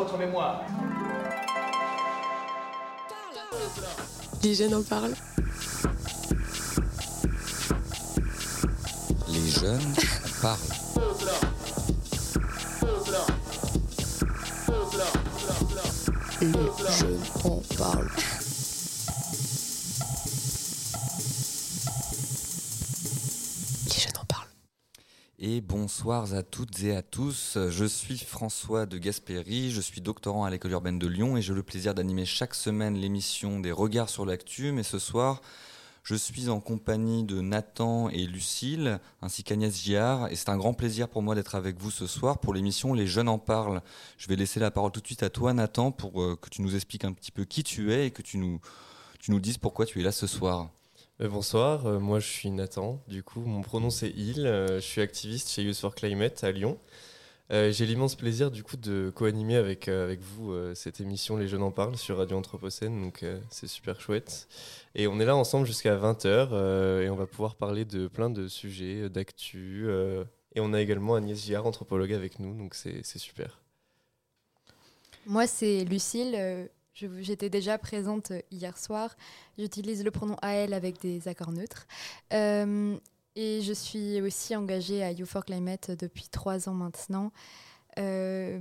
votre mémoire. Les jeunes en parlent. Les jeunes en parlent. Les jeunes en parlent. Les jeunes en parlent. Et bonsoir à toutes et à tous, je suis François de Gaspéry, je suis doctorant à l'École urbaine de Lyon et j'ai le plaisir d'animer chaque semaine l'émission des regards sur l'actu, mais ce soir je suis en compagnie de Nathan et Lucille ainsi qu'Agnès Giard et c'est un grand plaisir pour moi d'être avec vous ce soir pour l'émission Les Jeunes en parlent. Je vais laisser la parole tout de suite à toi Nathan pour que tu nous expliques un petit peu qui tu es et que tu nous dises pourquoi tu es là ce soir. Bonsoir, moi je suis Nathan, du coup mon pronom c'est il, je suis activiste chez Youth for Climate à Lyon. J'ai l'immense plaisir du coup de co-animer avec vous cette émission Les Jeunes en parlent sur Radio Anthropocène, donc c'est super chouette. Et on est là ensemble jusqu'à 20h et on va pouvoir parler de plein de sujets, d'actu. Et on a également Agnès Giard, anthropologue avec nous, donc c'est super. Moi c'est Lucille. J'étais déjà présente hier soir. J'utilise le pronom AL avec des accords neutres. Et je suis aussi engagée à Youth for Climate depuis 3 ans maintenant. Et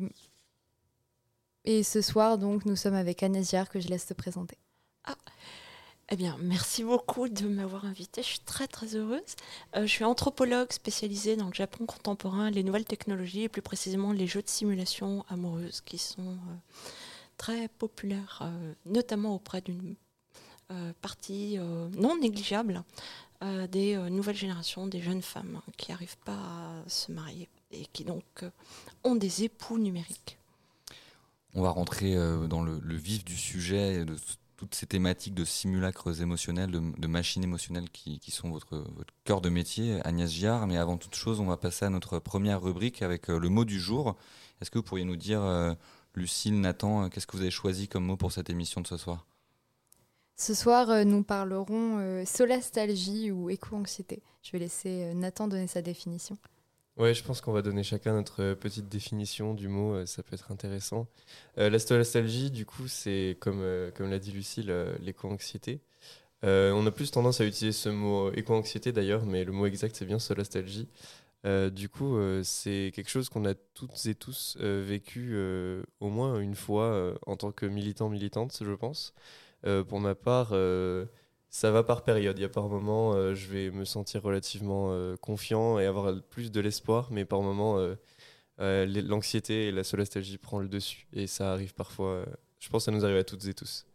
ce soir, donc, nous sommes avec Agnès Giard, que je laisse te présenter. Eh bien, merci beaucoup de m'avoir invitée. Je suis très, très heureuse. Je suis anthropologue spécialisée dans le Japon contemporain, les nouvelles technologies et plus précisément les jeux de simulation amoureuse qui sont très populaire, notamment auprès d'une partie non négligeable des nouvelles générations, des jeunes femmes qui n'arrivent pas à se marier et qui donc ont des époux numériques. On va rentrer dans le vif du sujet, de toutes ces thématiques de simulacres émotionnels, de machines émotionnelles qui sont votre cœur de métier, Agnès Giard. Mais avant toute chose, on va passer à notre première rubrique avec le mot du jour. Est-ce que vous pourriez nous dire... Lucille, Nathan, qu'est-ce que vous avez choisi comme mot pour cette émission de ce soir ? Ce soir, nous parlerons solastalgie ou éco-anxiété. Je vais laisser Nathan donner sa définition. Ouais, je pense qu'on va donner chacun notre petite définition du mot, ça peut être intéressant. La solastalgie, du coup, c'est, comme l'a dit Lucille, l'éco-anxiété. On a plus tendance à utiliser ce mot éco-anxiété d'ailleurs, mais le mot exact, c'est bien solastalgie. Du coup, c'est quelque chose qu'on a toutes et tous vécu au moins une fois en tant que militante, je pense. Pour ma part, ça va par période. Il y a par moments, je vais me sentir relativement confiant et avoir plus de l'espoir, mais par moments, l'anxiété et la solastalgie prend le dessus. Et ça arrive parfois, je pense que ça nous arrive à toutes et tous.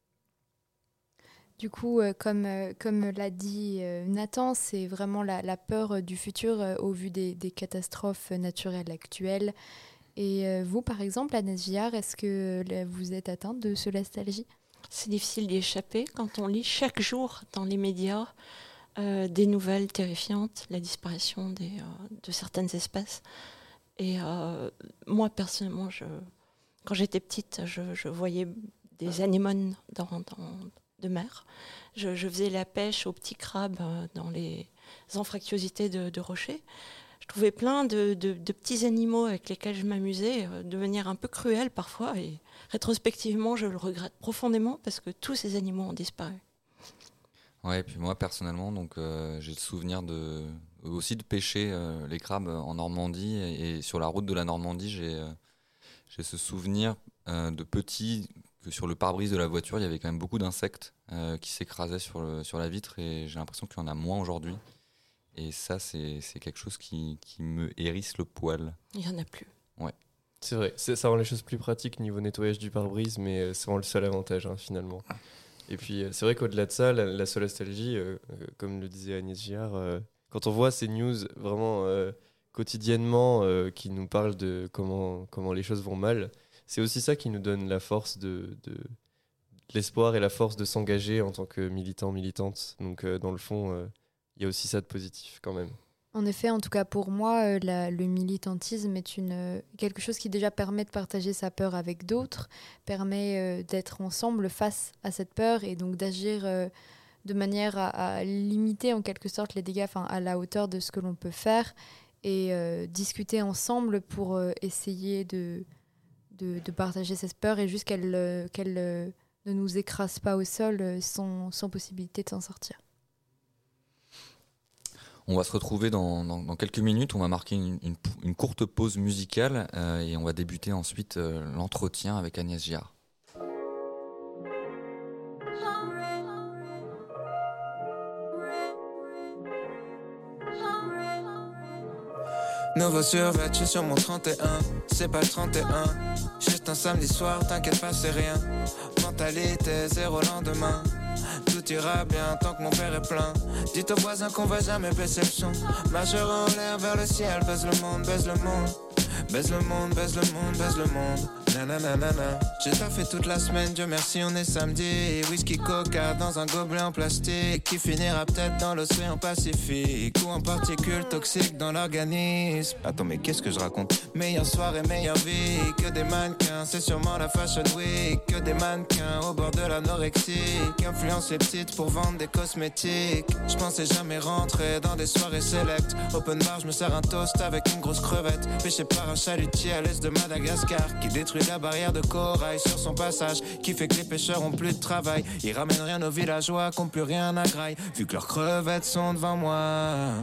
Du coup, comme l'a dit Nathan, c'est vraiment la peur du futur au vu des catastrophes naturelles actuelles. Et vous, par exemple, Agnès Giard, est-ce que vous êtes atteinte de solastalgie ? C'est difficile d'y échapper quand on lit chaque jour dans les médias des nouvelles terrifiantes, la disparition de certaines espèces. Et moi, personnellement, quand j'étais petite, je voyais des anémones de mer. Je faisais la pêche aux petits crabes dans les anfractuosités de rochers. Je trouvais plein de petits animaux avec lesquels je m'amusais devenir un peu cruel parfois. Et rétrospectivement, je le regrette profondément parce que tous ces animaux ont disparu. Ouais, et puis moi personnellement, donc j'ai le souvenir aussi de pêcher les crabes en Normandie et sur la route de la Normandie, j'ai ce souvenir de petits que sur le pare-brise de la voiture, il y avait quand même beaucoup d'insectes qui s'écrasaient sur la vitre et j'ai l'impression qu'il y en a moins aujourd'hui. Et ça, c'est quelque chose qui me hérisse le poil. Il n'y en a plus. Ouais. C'est vrai, ça rend les choses plus pratiques niveau nettoyage du pare-brise, mais c'est vraiment le seul avantage finalement. Et puis c'est vrai qu'au-delà de ça, la solastalgie, comme le disait Agnès Giard, quand on voit ces news vraiment quotidiennement qui nous parlent de comment les choses vont mal, c'est aussi ça qui nous donne la force de l'espoir et la force de s'engager en tant que militante. Donc dans le fond, il y a aussi ça de positif quand même. En effet, en tout cas pour moi, le militantisme est quelque chose qui déjà permet de partager sa peur avec d'autres, permet d'être ensemble face à cette peur et donc d'agir de manière à limiter en quelque sorte les dégâts, à la hauteur de ce que l'on peut faire et discuter ensemble pour essayer de de partager cette peur et juste qu'elle ne nous écrase pas au sol sans possibilité de s'en sortir. On va se retrouver dans quelques minutes. On va marquer une courte pause musicale et on va débuter ensuite l'entretien avec Agnès Girard. Nouveau survêt, je suis sur mon 31. C'est pas le 31. Juste un samedi soir, t'inquiète pas, c'est rien. Mentalité, zéro lendemain. Tout ira bien tant que mon père est plein. Dites aux voisins qu'on va jamais baisser le son. Majeur en l'air vers le ciel, baise le monde, baise le monde. Baise le monde, baise le monde, baise le monde. Nananana. J'ai taffé toute la semaine, Dieu merci, on est samedi. Whisky coca dans un gobelet en plastique qui finira peut-être dans l'océan Pacifique ou en particules toxiques dans l'organisme. Attends, mais qu'est-ce que je raconte? Meilleure soirée, meilleure vie. Que des mannequins, c'est sûrement la Fashion Week. Que des mannequins au bord de l'anorexie qui influencent les petites pour vendre des cosmétiques. Je pensais jamais rentrer dans des soirées select. Open bar, je me sers un toast avec une grosse crevette. Pêché par un chalutier à l'est de Madagascar qui détruit la barrière de corail sur son passage, qui fait que les pêcheurs ont plus de travail. Ils ramènent rien aux villageois qui ont plus rien à graille, vu que leurs crevettes sont devant moi.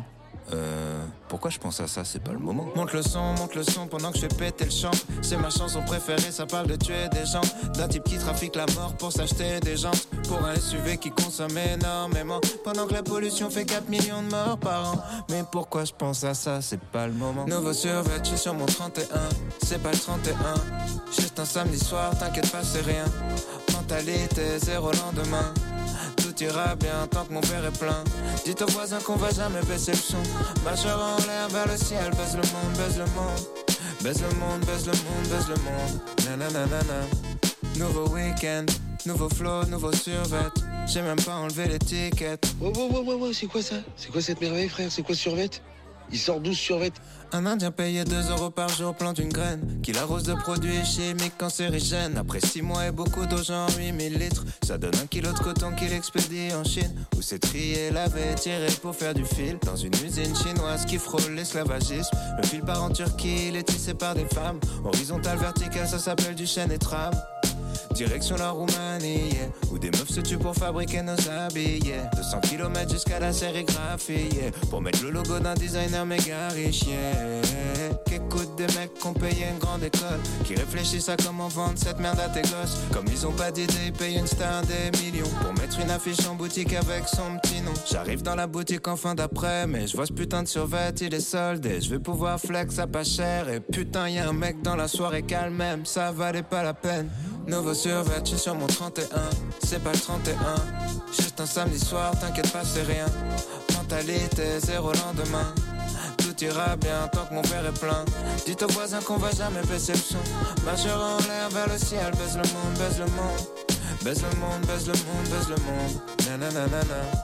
Pourquoi je pense à ça, c'est pas le moment. Monte le son pendant que je fais péter le champ. C'est ma chanson préférée, ça parle de tuer des gens. D'un type qui trafique la mort pour s'acheter des jantes. Pour un SUV qui consomme énormément. Pendant que la pollution fait 4 millions de morts par an. Mais pourquoi je pense à ça, c'est pas le moment. Nouveau survêt, je suis sur mon 31. C'est pas le 31. Juste un samedi soir, t'inquiète pas, c'est rien. Mentalité, zéro lendemain. Tout ira bien tant que mon père est plein. Dites aux voisins qu'on va jamais baisser le son. Majeur en l'air vers le ciel, baise le monde, baise le monde. Baise le monde, baise le monde, baise le monde. Nananana. Nouveau week-end, nouveau flow, nouveau survêt. J'ai même pas enlevé l'étiquette. Ouais, c'est quoi ça? C'est quoi cette merveille, frère? C'est quoi ce survêt? Il sort 12 survêt. Un Indien payé 2 € par jour plante une graine qui l'arrose de produits chimiques cancérigènes. Après 6 mois et beaucoup d'eau, genre 8000 litres, ça donne 1 kilo de coton qu'il expédie en Chine, où c'est trié, lavé, tiré pour faire du fil. Dans une usine chinoise qui frôle l'esclavagisme, le fil part en Turquie, il est tissé par des femmes. Horizontal, vertical, ça s'appelle du chêne et trame. Direction la Roumanie, yeah, où des meufs se tuent pour fabriquer nos habits, yeah. 200 km jusqu'à la sérigraphie, yeah, pour mettre le logo d'un designer méga riche, yeah. Qu'écoutent des mecs qui ont payé une grande école, qui réfléchissent à comment vendre cette merde à tes gosses. Comme ils ont pas d'idée, ils payent une star des millions pour mettre une affiche en boutique avec son petit nom. J'arrive dans la boutique en fin d'après, mais je vois ce putain de survêt, il est soldé. Je vais pouvoir flex à pas cher, et putain y'a un mec dans la soirée calme même, ça valait pas la peine. Nouveau survêt, je suis sur mon 31. C'est pas le 31. Juste un samedi soir, t'inquiète pas, c'est rien. Mentalité, zéro lendemain. Tout ira bien tant que mon père est plein. Dites aux voisins qu'on va jamais baisser le son. Majeur en l'air vers le ciel, baise le monde, baise le monde. Baise le monde, baise le monde, baise le monde. Nananana.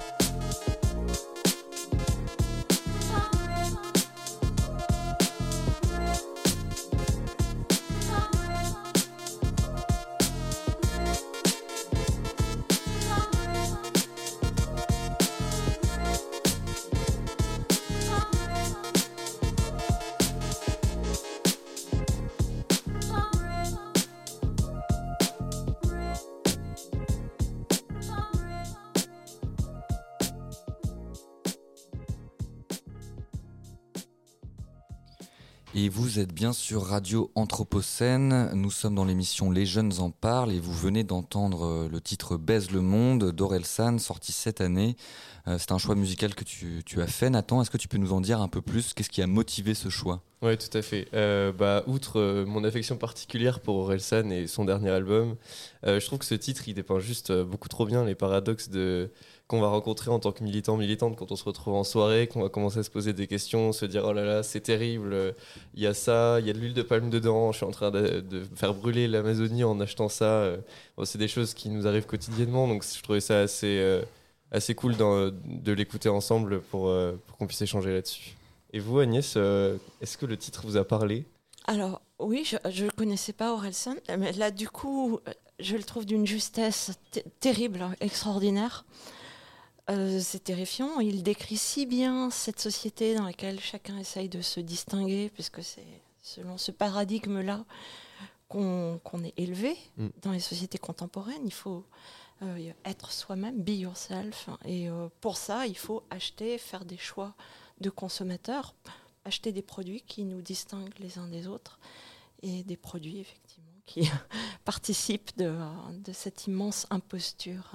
Et vous êtes bien sur Radio Anthropocène, nous sommes dans l'émission Les Jeunes en parlent et vous venez d'entendre le titre Baise le monde d'Orelsan, sorti cette année. C'est un choix musical que tu as fait, Nathan. Est-ce que tu peux nous en dire un peu plus? Qu'est-ce qui a motivé ce choix? Oui, tout à fait. Outre mon affection particulière pour Orelsan et son dernier album, je trouve que ce titre, il dépeint juste beaucoup trop bien les paradoxes qu'on va rencontrer en tant que militante quand on se retrouve en soirée, qu'on va commencer à se poser des questions, se dire « Oh là là, c'est terrible, il y a ça, il y a de l'huile de palme dedans, je suis en train de faire brûler l'Amazonie en achetant ça. » C'est des choses qui nous arrivent quotidiennement, donc je trouvais ça assez cool de l'écouter ensemble pour qu'on puisse échanger là-dessus. Et vous, Agnès, est-ce que le titre vous a parlé? Alors, oui, je ne connaissais pas Orelsan, mais là, du coup, je le trouve d'une justesse terrible, extraordinaire. C'est terrifiant. Il décrit si bien cette société dans laquelle chacun essaye de se distinguer, puisque c'est selon ce paradigme-là qu'on est élevé dans les sociétés contemporaines. Il faut être soi-même, be yourself. Et pour ça, il faut acheter, faire des choix de consommateurs, acheter des produits qui nous distinguent les uns des autres et des produits, effectivement, qui participent de cette immense imposture.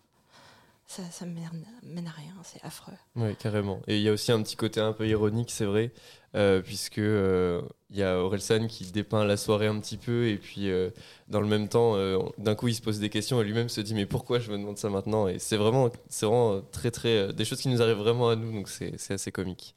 Ça mène à rien, c'est affreux. Oui, carrément. Et il y a aussi un petit côté un peu ironique, c'est vrai, puisque il y a Orelsan qui dépeint la soirée un petit peu, et puis dans le même temps, d'un coup, il se pose des questions, et lui-même se dit mais pourquoi je me demande ça maintenant ? Et c'est vraiment très, très des choses qui nous arrivent vraiment à nous, donc c'est assez comique.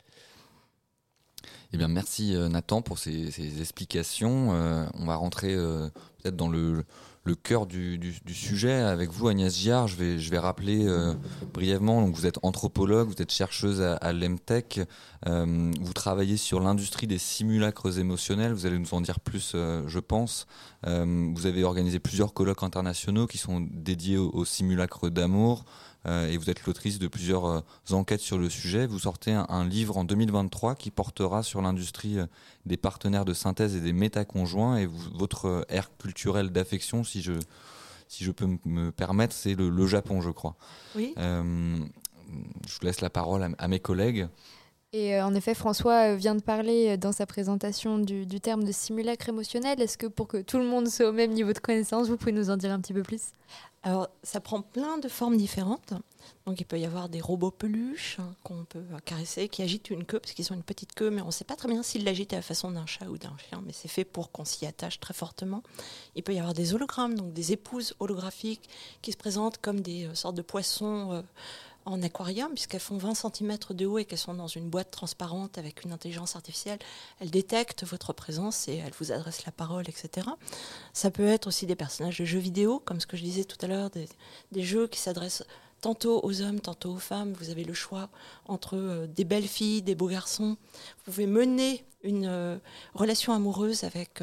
Eh bien, merci Nathan pour ces explications. On va rentrer peut-être dans le cœur du sujet avec vous, Agnès Giard. Je vais rappeler brièvement. Donc, vous êtes anthropologue, vous êtes chercheuse à l'EMTech. Vous travaillez sur l'industrie des simulacres émotionnels. Vous allez nous en dire plus, je pense. Vous avez organisé plusieurs colloques internationaux qui sont dédiés aux simulacres d'amour. Et vous êtes l'autrice de plusieurs enquêtes sur le sujet. Vous sortez un livre en 2023 qui portera sur l'industrie des partenaires de synthèse et des métaconjoints. Et votre ère culturelle d'affection, si je peux me permettre, c'est le Japon, je crois. Oui. Je vous laisse la parole à mes collègues. Et en effet, François vient de parler dans sa présentation du terme de simulacre émotionnel. Est-ce que pour que tout le monde soit au même niveau de connaissance, vous pouvez nous en dire un petit peu plus ? Alors, ça prend plein de formes différentes. Donc, il peut y avoir des robots peluches qu'on peut caresser, qui agitent une queue, parce qu'ils ont une petite queue, mais on ne sait pas très bien s'ils l'agitent à la façon d'un chat ou d'un chien, mais c'est fait pour qu'on s'y attache très fortement. Il peut y avoir des hologrammes, donc des épouses holographiques, qui se présentent comme des sortes de poissons en aquarium, puisqu'elles font 20 cm de haut et qu'elles sont dans une boîte transparente avec une intelligence artificielle. Elles détectent votre présence et elles vous adressent la parole, etc. Ça peut être aussi des personnages de jeux vidéo, comme ce que je disais tout à l'heure, des jeux qui s'adressent tantôt aux hommes, tantôt aux femmes. Vous avez le choix entre des belles filles, des beaux garçons. Vous pouvez mener une relation amoureuse avec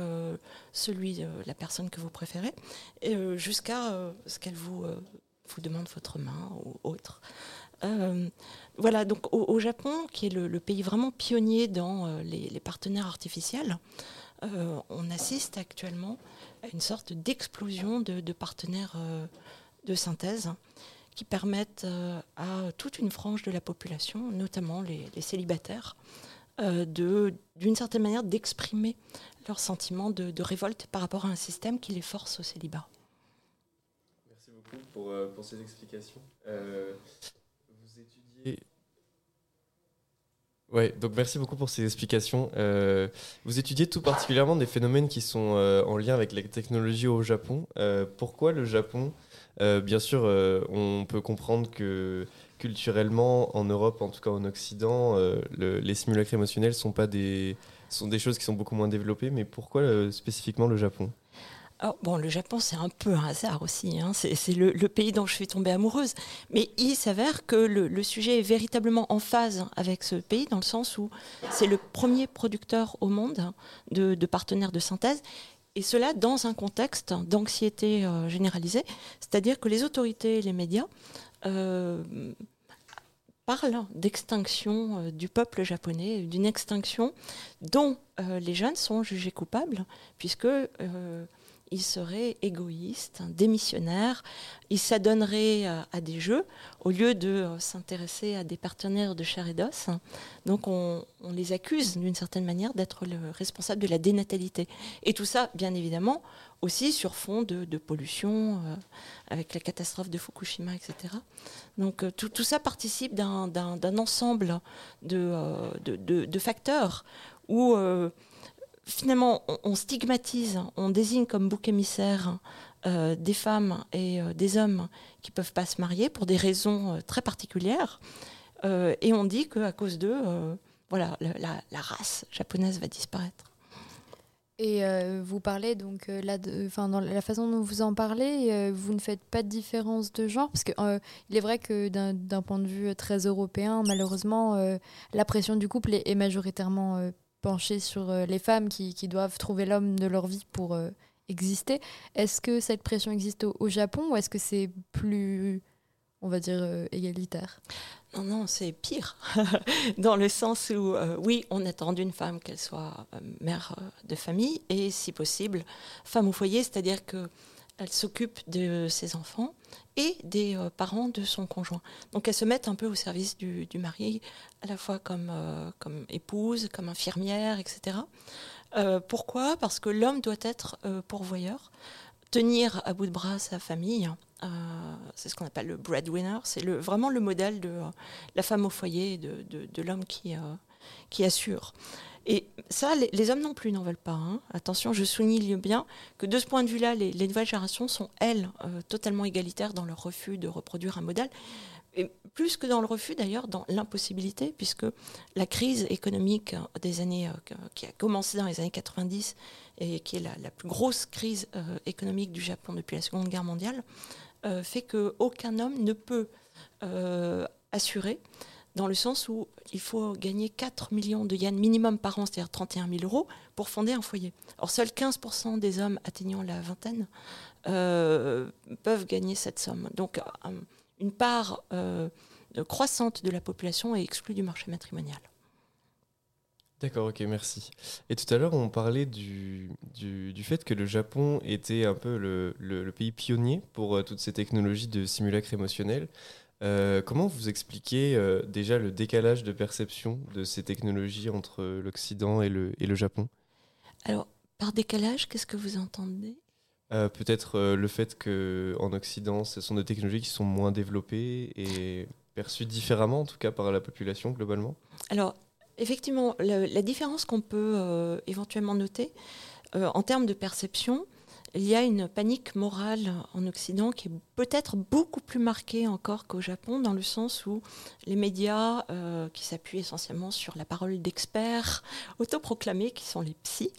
la personne que vous préférez, jusqu'à ce qu'elle vous demande votre main ou autre. Voilà, donc au Japon, qui est le pays vraiment pionnier dans les partenaires artificiels, on assiste actuellement à une sorte d'explosion de partenaires de synthèse qui permettent à toute une frange de la population, notamment les célibataires, d'une certaine manière d'exprimer leur sentiment de révolte par rapport à un système qui les force au célibat. Merci beaucoup pour ces explications. Vous étudiez... Ouais, donc merci beaucoup pour ces explications. Vous étudiez tout particulièrement des phénomènes qui sont en lien avec la technologie au Japon. Pourquoi le Japon ? Bien sûr, on peut comprendre que culturellement, en Europe, en tout cas en Occident, les simulacres émotionnels sont des choses qui sont beaucoup moins développées. Mais pourquoi spécifiquement le Japon ? Alors, bon, le Japon, c'est un peu un hasard aussi. C'est le pays dont je suis tombée amoureuse. Mais il s'avère que le sujet est véritablement en phase avec ce pays, dans le sens où c'est le premier producteur au monde de partenaires de synthèse. Et cela dans un contexte d'anxiété généralisée. C'est-à-dire que les autorités et les médias parlent d'extinction du peuple japonais, d'une extinction dont les jeunes sont jugés coupables, puisque... ils seraient égoïstes, démissionnaires, ils s'adonneraient à des jeux au lieu de s'intéresser à des partenaires de chair et d'os. Donc on les accuse d'une certaine manière d'être le responsable de la dénatalité. Et tout ça, bien évidemment, aussi sur fond de pollution, avec la catastrophe de Fukushima, etc. Donc tout ça participe d'un ensemble de facteurs où... finalement, on stigmatise, on désigne comme bouc émissaire des femmes et des hommes qui ne peuvent pas se marier pour des raisons très particulières. Et on dit qu'à cause d'eux, la race japonaise va disparaître. Et vous parlez donc dans la façon dont vous en parlez, vous ne faites pas de différence de genre, parce que il est vrai que d'un point de vue très européen, malheureusement, la pression du couple est majoritairement penchée sur les femmes qui doivent trouver l'homme de leur vie pour exister. Est-ce que cette pression existe au Japon, ou est-ce que c'est plus on va dire, égalitaire. Non, c'est pire. Dans le sens où, oui, on attend d'une femme qu'elle soit mère de famille et, si possible, femme au foyer, c'est-à-dire qu'elle s'occupe de ses enfants et des parents de son conjoint. Donc, elles se mettent un peu au service du mari, à la fois comme épouse, comme infirmière, etc. Pourquoi ? Parce que l'homme doit être pourvoyeur, tenir à bout de bras sa famille. C'est ce qu'on appelle le breadwinner. C'est vraiment le modèle de la femme au foyer, de l'homme qui assure. Et ça, les hommes non plus n'en veulent pas. Hein. Attention, je souligne bien que de ce point de vue-là, les nouvelles générations sont, elles, totalement égalitaires dans leur refus de reproduire un modèle. Et plus que dans le refus, d'ailleurs, dans l'impossibilité, puisque la crise économique des années, qui a commencé dans les années 90 et qui est la plus grosse crise économique du Japon depuis la Seconde Guerre mondiale, fait qu'aucun homme ne peut assurer, dans le sens où il faut gagner 4 millions de yens minimum par an, c'est-à-dire 31 000 euros, pour fonder un foyer. Or, seuls 15% des hommes atteignant la vingtaine peuvent gagner cette somme. Donc, une part croissante de la population est exclue du marché matrimonial. D'accord, ok, merci. Et tout à l'heure, on parlait du fait que le Japon était un peu le pays pionnier pour toutes ces technologies de simulacre émotionnel. Comment vous expliquez déjà le décalage de perception de ces technologies entre l'Occident et le Japon ? Alors, par décalage, qu'est-ce que vous entendez ? Peut-être le fait qu'en Occident, ce sont des technologies qui sont moins développées et perçues différemment, en tout cas par la population globalement. Alors, effectivement, la différence qu'on peut éventuellement noter en termes de perception, il y a une panique morale en Occident qui est peut-être beaucoup plus marquée encore qu'au Japon, dans le sens où les médias, qui s'appuient essentiellement sur la parole d'experts autoproclamés, qui sont les psys,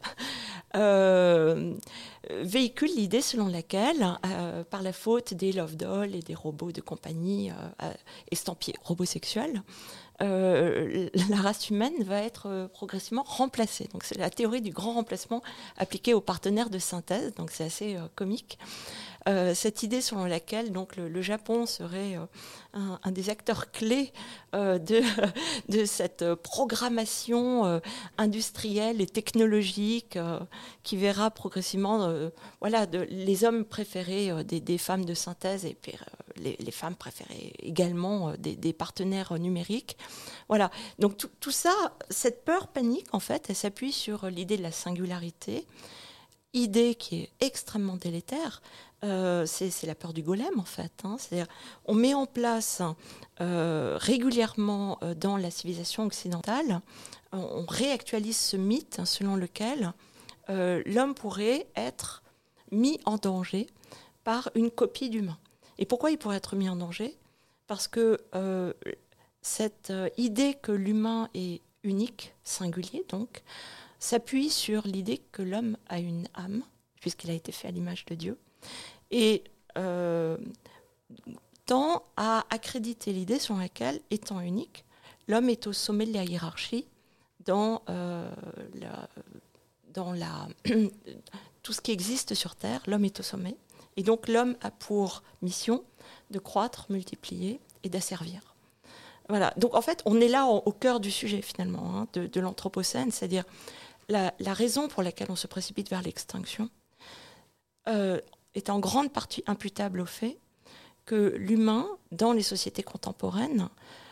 véhiculent l'idée selon laquelle, par la faute des love dolls et des robots de compagnie estampillés robots sexuels, la race humaine va être progressivement remplacée. Donc c'est la théorie du grand remplacement appliquée aux partenaires de synthèse, donc c'est assez comique. Cette idée selon laquelle donc, le Japon serait un des acteurs clés de cette programmation industrielle et technologique qui verra progressivement les hommes préférés des femmes de synthèse et puis, les femmes préférées également des partenaires numériques. Voilà. Donc tout ça, cette peur panique, en fait, elle s'appuie sur l'idée de la singularité, idée qui est extrêmement délétère. C'est la peur du golem, en fait. Hein. C'est-à-dire, on met en place régulièrement dans la civilisation occidentale, on réactualise ce mythe selon lequel l'homme pourrait être mis en danger par une copie d'humain. Et pourquoi il pourrait être mis en danger ? Parce que cette idée que l'humain est unique, singulier, donc, s'appuie sur l'idée que l'homme a une âme, puisqu'il a été fait à l'image de Dieu, et tend à accréditer l'idée selon laquelle, étant unique, l'homme est au sommet de la hiérarchie dans tout ce qui existe sur Terre, l'homme est au sommet. Et donc l'homme a pour mission de croître, multiplier et d'asservir. Voilà. Donc en fait, on est là au cœur du sujet finalement, hein, de l'anthropocène, c'est-à-dire la raison pour laquelle on se précipite vers l'extinction est en grande partie imputable au fait que l'humain, dans les sociétés contemporaines,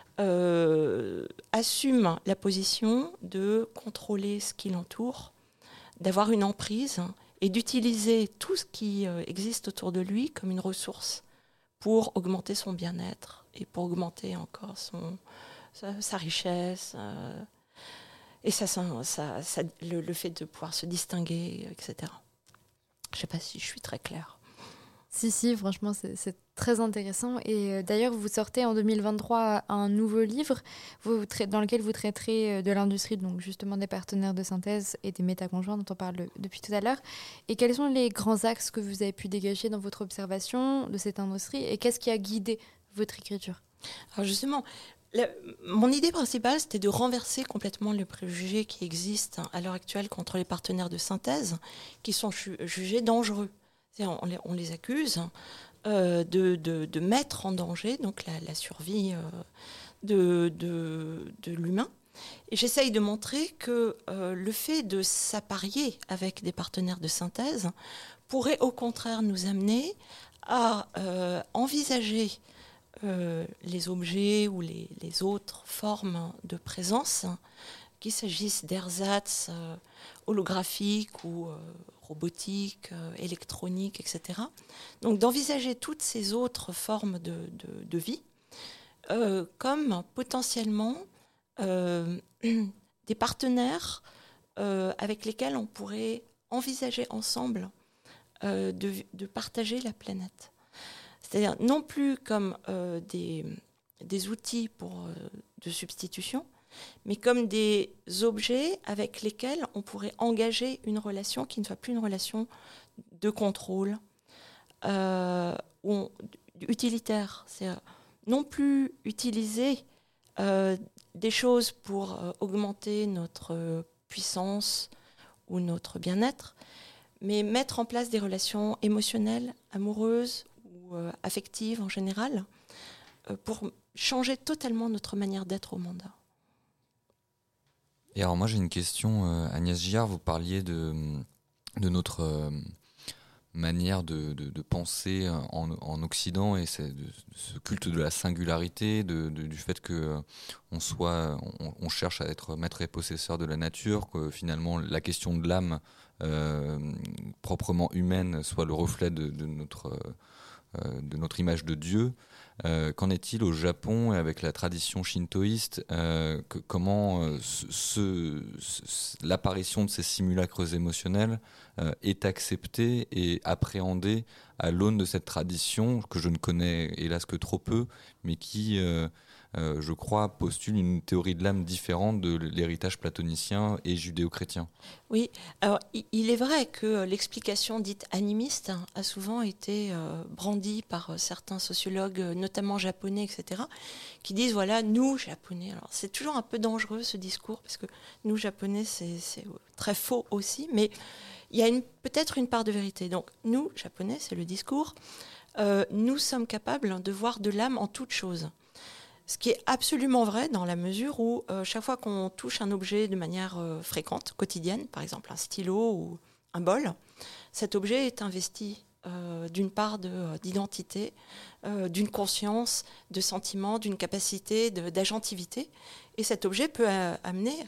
assume la position de contrôler ce qui l'entoure, d'avoir une emprise et d'utiliser tout ce qui existe autour de lui comme une ressource pour augmenter son bien-être et pour augmenter encore sa richesse et le fait de pouvoir se distinguer, etc. Je ne sais pas si je suis très claire. Si, franchement, c'est très intéressant. Et d'ailleurs, vous sortez en 2023 un nouveau livre dans lequel vous traiterez de l'industrie, donc justement des partenaires de synthèse et des métaconjoints dont on parle depuis tout à l'heure. Et quels sont les grands axes que vous avez pu dégager dans votre observation de cette industrie et qu'est-ce qui a guidé votre écriture ? Alors justement, mon idée principale, c'était de renverser complètement le préjugé qui existe à l'heure actuelle contre les partenaires de synthèse qui sont jugés dangereux. On les accuse de mettre en danger donc la survie de l'humain. Et j'essaye de montrer que le fait de s'apparier avec des partenaires de synthèse pourrait au contraire nous amener à envisager les objets ou les autres formes de présence, qu'il s'agisse d'ersatz holographiques ou robotiques, électroniques, etc. Donc d'envisager toutes ces autres formes de vie comme potentiellement des partenaires avec lesquels on pourrait envisager ensemble de partager la planète. C'est-à-dire non plus comme des outils de substitution, mais comme des objets avec lesquels on pourrait engager une relation qui ne soit plus une relation de contrôle ou utilitaire. C'est non plus utiliser des choses pour augmenter notre puissance ou notre bien-être, mais mettre en place des relations émotionnelles, amoureuses ou affectives en général, pour changer totalement notre manière d'être au monde. Et alors moi j'ai une question, Agnès Girard, vous parliez de notre manière de penser en Occident et c'est ce culte de la singularité, du fait que on cherche à être maître et possesseur de la nature, que finalement la question de l'âme proprement humaine soit le reflet de notre image de Dieu. Qu'en est-il au Japon et avec la tradition shintoïste, comment l'apparition de ces simulacres émotionnels est acceptée et appréhendée à l'aune de cette tradition que je ne connais hélas que trop peu, mais qui, je crois, postule une théorie de l'âme différente de l'héritage platonicien et judéo-chrétien. Oui, alors il est vrai que l'explication dite animiste a souvent été brandie par certains sociologues, notamment japonais, etc., qui disent, voilà, nous, Japonais, alors c'est toujours un peu dangereux ce discours, parce que nous, Japonais, c'est très faux aussi, mais il y a peut-être une part de vérité. Donc, nous, Japonais, c'est le discours, nous sommes capables de voir de l'âme en toute chose. Ce qui est absolument vrai dans la mesure où chaque fois qu'on touche un objet de manière fréquente, quotidienne, par exemple un stylo ou un bol, cet objet est investi d'une part d'identité, d'une conscience, de sentiment, d'une capacité d'agentivité. Et cet objet peut être amené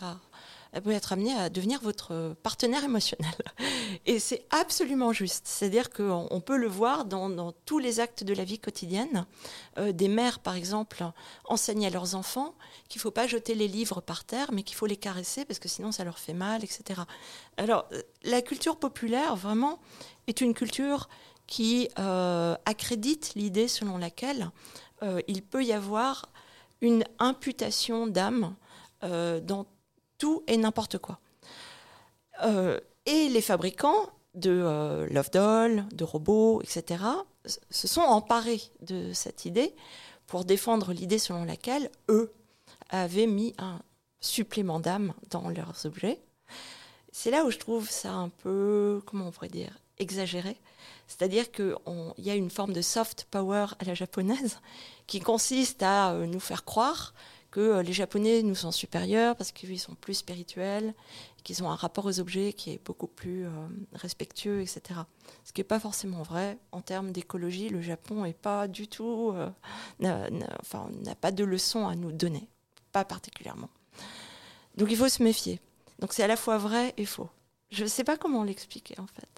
à devenir votre partenaire émotionnel. Et c'est absolument juste. C'est-à-dire qu'on peut le voir dans tous les actes de la vie quotidienne. Des mères, par exemple, enseignent à leurs enfants qu'il ne faut pas jeter les livres par terre, mais qu'il faut les caresser parce que sinon ça leur fait mal, etc. Alors, la culture populaire, vraiment, est une culture qui accrédite l'idée selon laquelle il peut y avoir une imputation d'âme dans tout et n'importe quoi. Et les fabricants de love dolls, de robots, etc., se sont emparés de cette idée pour défendre l'idée selon laquelle eux avaient mis un supplément d'âme dans leurs objets. C'est là où je trouve ça un peu, comment on pourrait dire, exagéré. C'est-à-dire qu'il y a une forme de soft power à la japonaise qui consiste à nous faire croire que les Japonais nous sont supérieurs parce qu'ils sont plus spirituels, qu'ils ont un rapport aux objets qui est beaucoup plus respectueux, etc. Ce qui n'est pas forcément vrai. En termes d'écologie, le Japon n'est pas du tout, n'a pas de leçons à nous donner, pas particulièrement. Donc il faut se méfier. Donc c'est à la fois vrai et faux. Je ne sais pas comment l'expliquer en fait.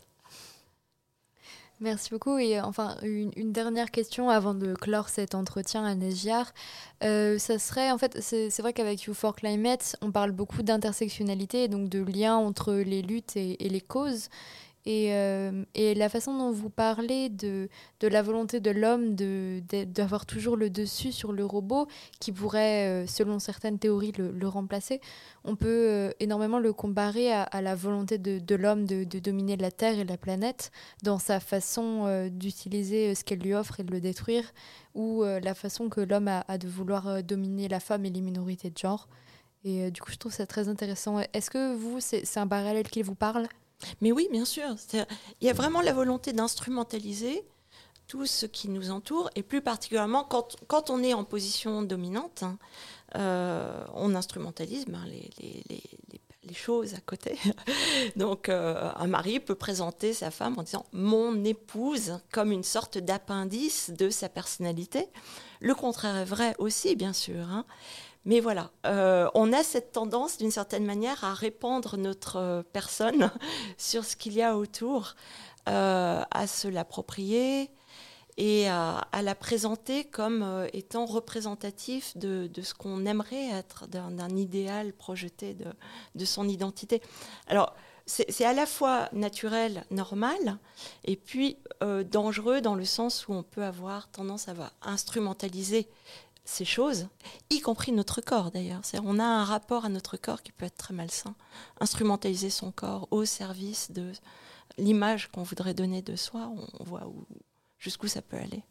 Merci beaucoup. Et enfin, une dernière question avant de clore cet entretien, Agnès Girard. Ça serait, en fait, c'est vrai qu'avec You for Climate, on parle beaucoup d'intersectionnalité, donc de lien entre les luttes et les causes. Et la façon dont vous parlez de la volonté de l'homme d'avoir toujours le dessus sur le robot, qui pourrait, selon certaines théories, le remplacer, on peut énormément le comparer à la volonté de l'homme de dominer la Terre et la planète dans sa façon d'utiliser ce qu'elle lui offre et de le détruire, ou la façon que l'homme a de vouloir dominer la femme et les minorités de genre. Et du coup, je trouve ça très intéressant. Est-ce que vous, c'est un parallèle qui vous parle ? Mais oui, bien sûr. Il y a vraiment la volonté d'instrumentaliser tout ce qui nous entoure, et plus particulièrement quand on est en position dominante, on instrumentalise les choses à côté. Donc un mari peut présenter sa femme en disant « mon épouse » comme une sorte d'appendice de sa personnalité. Le contraire est vrai aussi, bien sûr. Mais voilà, on a cette tendance, d'une certaine manière, à répandre notre personne sur ce qu'il y a autour, à se l'approprier et à la présenter comme étant représentatif de ce qu'on aimerait être, d'un idéal projeté de son identité. Alors, c'est à la fois naturel, normal, et puis dangereux dans le sens où on peut avoir tendance à instrumentaliser ces choses, y compris notre corps d'ailleurs. On a un rapport à notre corps qui peut être très malsain. Instrumentaliser son corps au service de l'image qu'on voudrait donner de soi, on voit jusqu'où ça peut aller.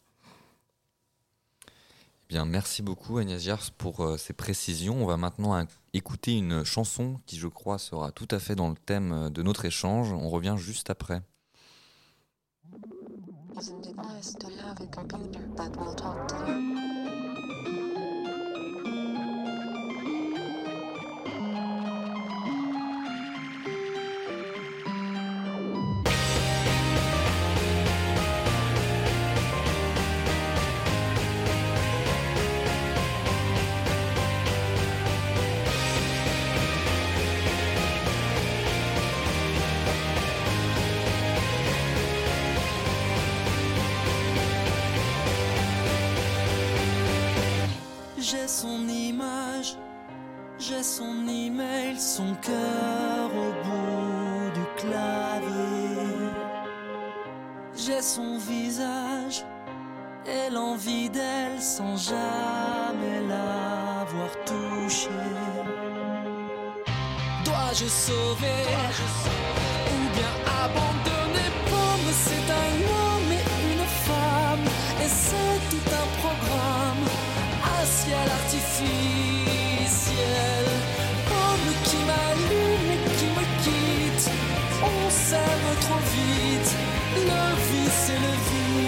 Bien, merci beaucoup Agnès Jars pour ces précisions. On va maintenant écouter une chanson qui, je crois, sera tout à fait dans le thème de notre échange. On revient juste après. Isn't it nice to have a computer that will talk to you? J'ai son image, j'ai son email, son cœur au bout du clavier. J'ai son visage et l'envie d'elle sans jamais l'avoir touchée. Dois-je sauver ou bien abandonner? Pomme, c'est un homme et une femme, et c'est tout un programme. Un ciel artificiel, homme qui m'allume et qui me quitte. On s'aime trop vite, le vice et le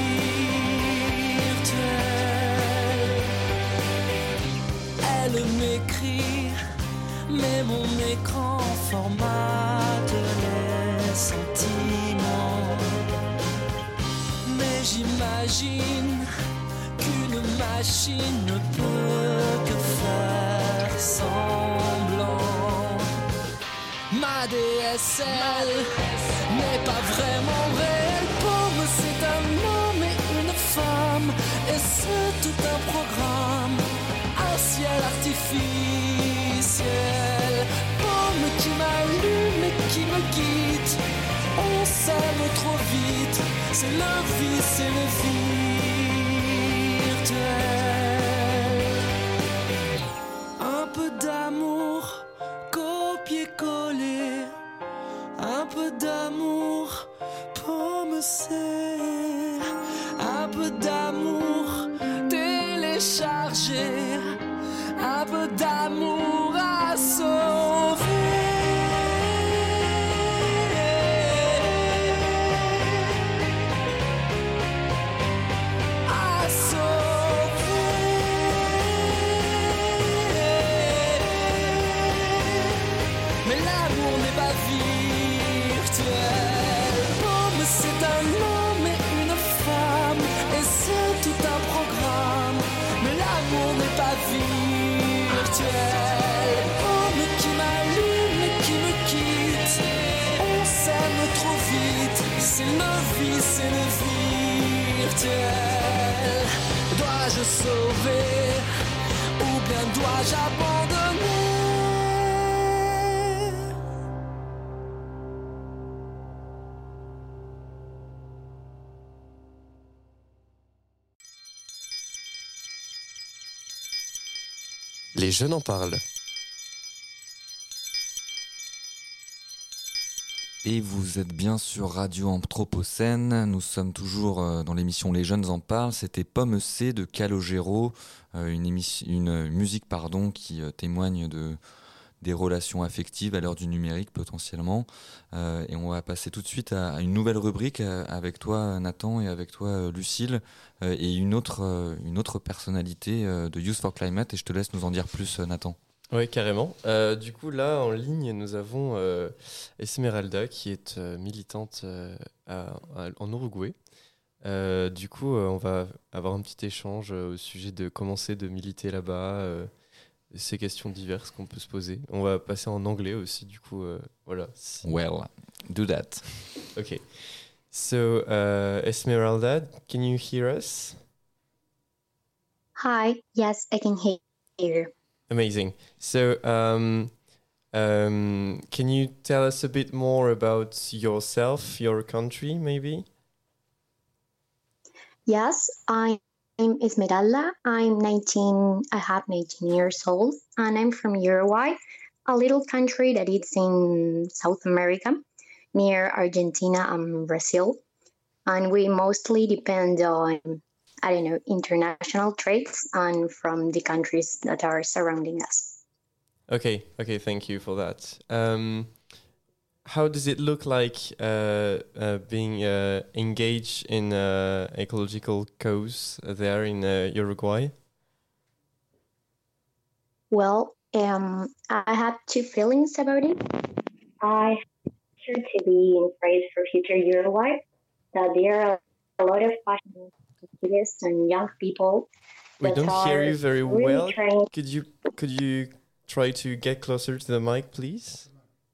virtuel. Elle m'écrit, mais mon écran formate les sentiments. Mais j'imagine qu'une machine ne peut que faire semblant. Ma DSL n'est pas vraiment réelle. Pomme, c'est un homme et une femme, et c'est tout un programme. Un ciel artificiel, pomme qui m'allume et qui me quitte. On s'aime trop vite, c'est le vice et le virtuel. Un peu d'amour, copier-coller. Un peu d'amour, pomme c'est. Un peu d'amour, télécharger. Un peu d'amour à sauver. À sauver. Mais l'amour n'est pas virtuel. Pomme, c'est un homme et une femme, et c'est tout un programme. Mais l'amour n'est pas virtuel. Homme qui m'allume et qui me quitte. On s'aime trop vite, c'est le vice et le virtuel. Dois-je sauver ou bien dois-je abandonner? Les jeunes en parlent. Et vous êtes bien sur Radio Anthropocène. Nous sommes toujours dans l'émission Les Jeunes en parlent. C'était Pomme C de Calogero, une musique qui témoigne des relations affectives à l'heure du numérique potentiellement. Et on va passer tout de suite à une nouvelle rubrique avec toi Nathan et avec toi Lucille et une autre personnalité de Youth for Climate, et je te laisse nous en dire plus Nathan. Oui, carrément. Du coup, là, en ligne, nous avons Esmeralda, qui est militante en Uruguay. Du coup, on va avoir un petit échange au sujet de commencer de militer là-bas, ces questions diverses qu'on peut se poser. On va passer en anglais aussi, du coup, voilà. Well, do that. Okay. So, Esmeralda, can you hear us? Hi, yes, I can hear you. Amazing. So, can you tell us a bit more about yourself, your country, maybe? Yes, I'm Esmeralda. I have 19 years old, and I'm from Uruguay, a little country that is in South America, near Argentina and Brazil. And we mostly depend on, international trades and from the countries that are surrounding us. Okay, thank you for that. How does it look like being engaged in ecological cause there in Uruguay? Well, I have two feelings about it. I sure to be in Fridays for Future Uruguay, that there are a lot of passionate activists and young people. We don't hear you very well. Trying... Could you try to get closer to the mic, please?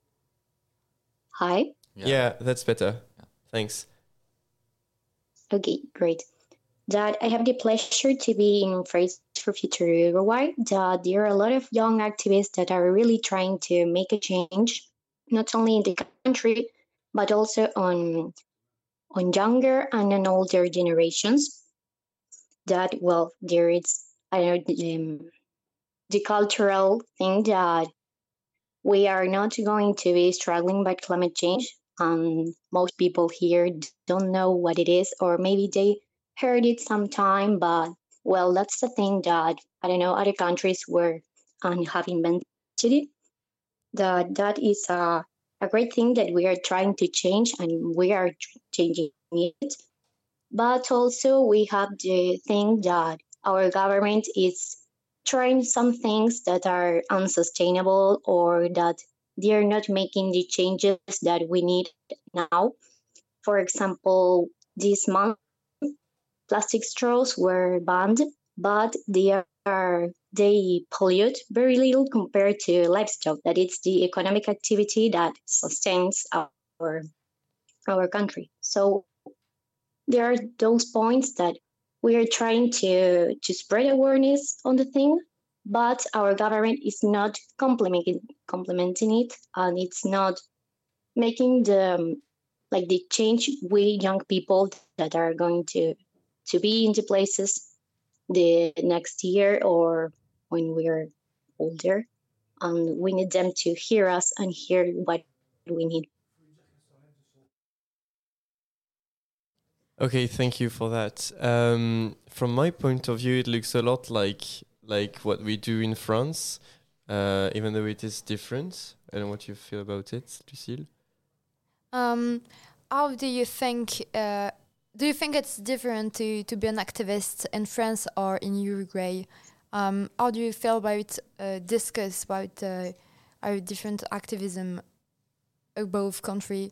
Hi. Yeah, that's better. Yeah. Thanks. Okay, great. That I have the pleasure to be in Fridays for Future Uruguay. That there are a lot of young activists that are really trying to make a change, not only in the country, but also on younger and on older generations. That, well, there is, the cultural thing that we are not going to be struggling by climate change. And most people here don't know what it is, or maybe they heard it sometime, but, well, that's the thing that, other countries were and have invented it. That is a great thing that we are trying to change, and we are changing it. But also we have the thing that our government is trying some things that are unsustainable, or that they're not making the changes that we need now. For example, this month, plastic straws were banned, but they pollute very little compared to livestock. That it's the economic activity that sustains our country. So there are those points that we are trying to spread awareness on the thing, but our government is not complementing it, and it's not making the change we young people that are going to be in the places the next year or when we're older, and we need them to hear us and hear what we need. Okay, thank you for that. From my point of view, it looks a lot like what we do in France, even though it is different. I don't know what you feel about it, Lucille. How do you think? Do you think it's different to be an activist in France or in Uruguay? How do you feel about discuss about our different activism of both countries?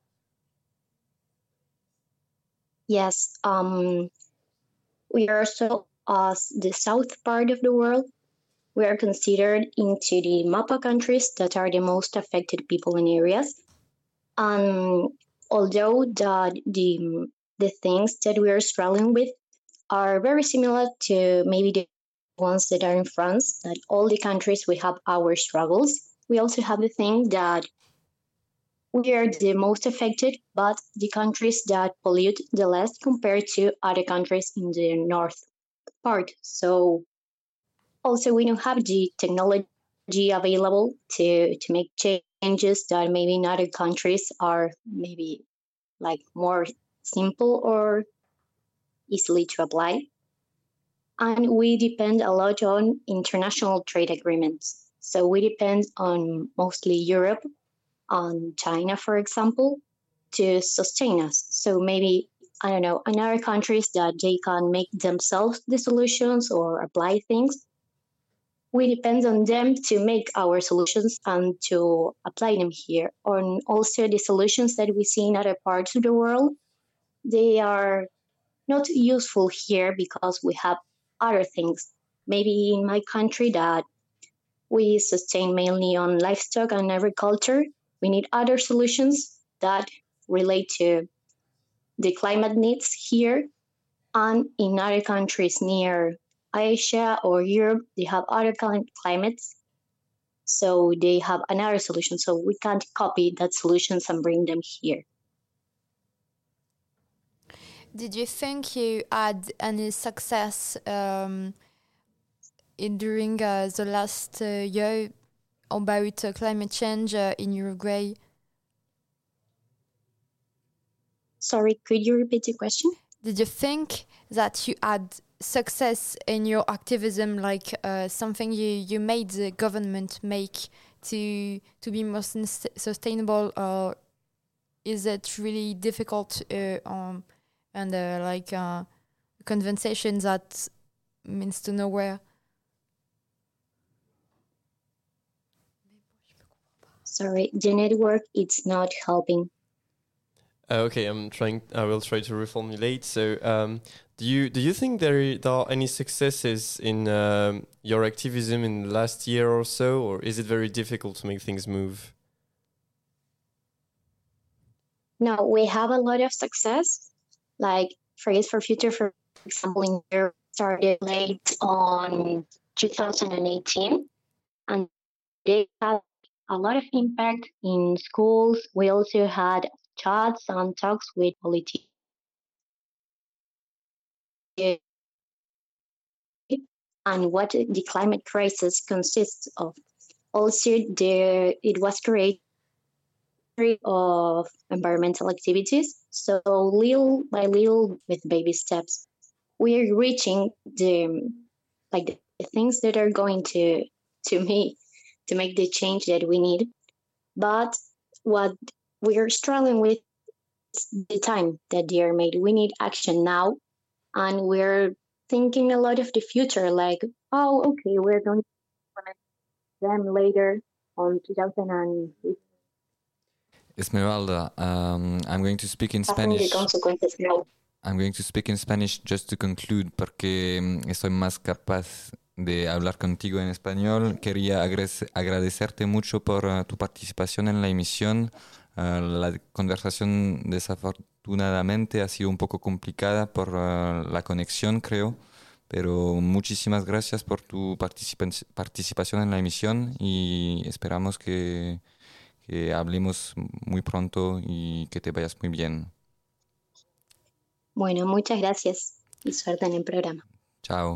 Yes, we are also, as the south part of the world, we are considered into the MAPA countries that are the most affected people in areas. And although the things that we are struggling with are very similar to maybe the ones that are in France, that all the countries we have our struggles, we also have the thing that we are the most affected, but the countries that pollute the less compared to other countries in the north part. So also we don't have the technology available to make changes that maybe in other countries are maybe like more simple or easily to apply. And we depend a lot on international trade agreements. So we depend on mostly Europe, on China, for example, to sustain us. So maybe, I don't know, in other countries that they can make themselves the solutions or apply things, we depend on them to make our solutions and to apply them here. And also the solutions that we see in other parts of the world, they are not useful here because we have other things. Maybe in my country that we sustain mainly on livestock and agriculture, we need other solutions that relate to the climate needs here. And in other countries near Asia or Europe, they have other climates, so they have another solution. So we can't copy that solutions and bring them here. Did you think you had any success during the last year about climate change in Uruguay? Sorry, could you repeat the question? Did you think that you had success in your activism, like something you made the government make to be more sustainable, or is it really difficult and like a conversation that means to nowhere? Sorry, the network, it's not helping. Okay, I will try to reformulate. So, do you think there are any successes in your activism in the last year or so, or is it very difficult to make things move? No, we have a lot of success. Like Fridays for Future, for example, in Europe started late on 2018, and they have a lot of impact in schools. We also had chats and talks with politicians and what the climate crisis consists of. Also, it was created of environmental activities. So little by little, with baby steps, we are reaching the things that are going to make the change that we need. But what we are struggling with is the time that they are made. We need action now, and we're thinking a lot of the future, like, oh, okay, we're going to implement them later on 2015. Esmeralda, I'm going to speak in Spanish. I'm going to speak in Spanish just to conclude, porque estoy más capaz de hablar contigo en español. Quería agradecerte mucho por tu participación en la emisión. La conversación desafortunadamente ha sido un poco complicada por la conexión, creo, pero muchísimas gracias por tu participación en la emisión y esperamos que hablemos muy pronto y que te vayas muy bien. Bueno, muchas gracias y suerte en el programme. Ciao.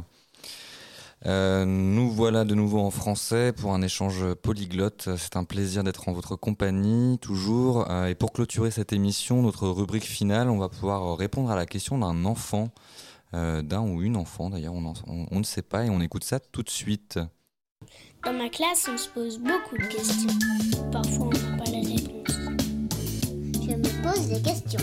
Nous voilà de nouveau en français pour un échange polyglotte. C'est un plaisir d'être en votre compagnie, toujours. Et pour clôturer cette émission, notre rubrique finale, on va pouvoir répondre à la question d'un enfant, d'un ou une enfant d'ailleurs, on ne sait pas, et on écoute ça tout de suite. Dans ma classe, on se pose beaucoup de questions. Parfois, on n'a pas les réponses. Je me pose des questions.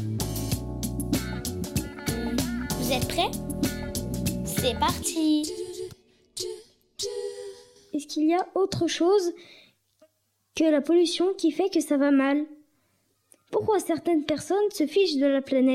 Vous êtes prêts ? C'est parti ! Est-ce qu'il y a autre chose que la pollution qui fait que ça va mal ? Pourquoi certaines personnes se fichent de la planète ?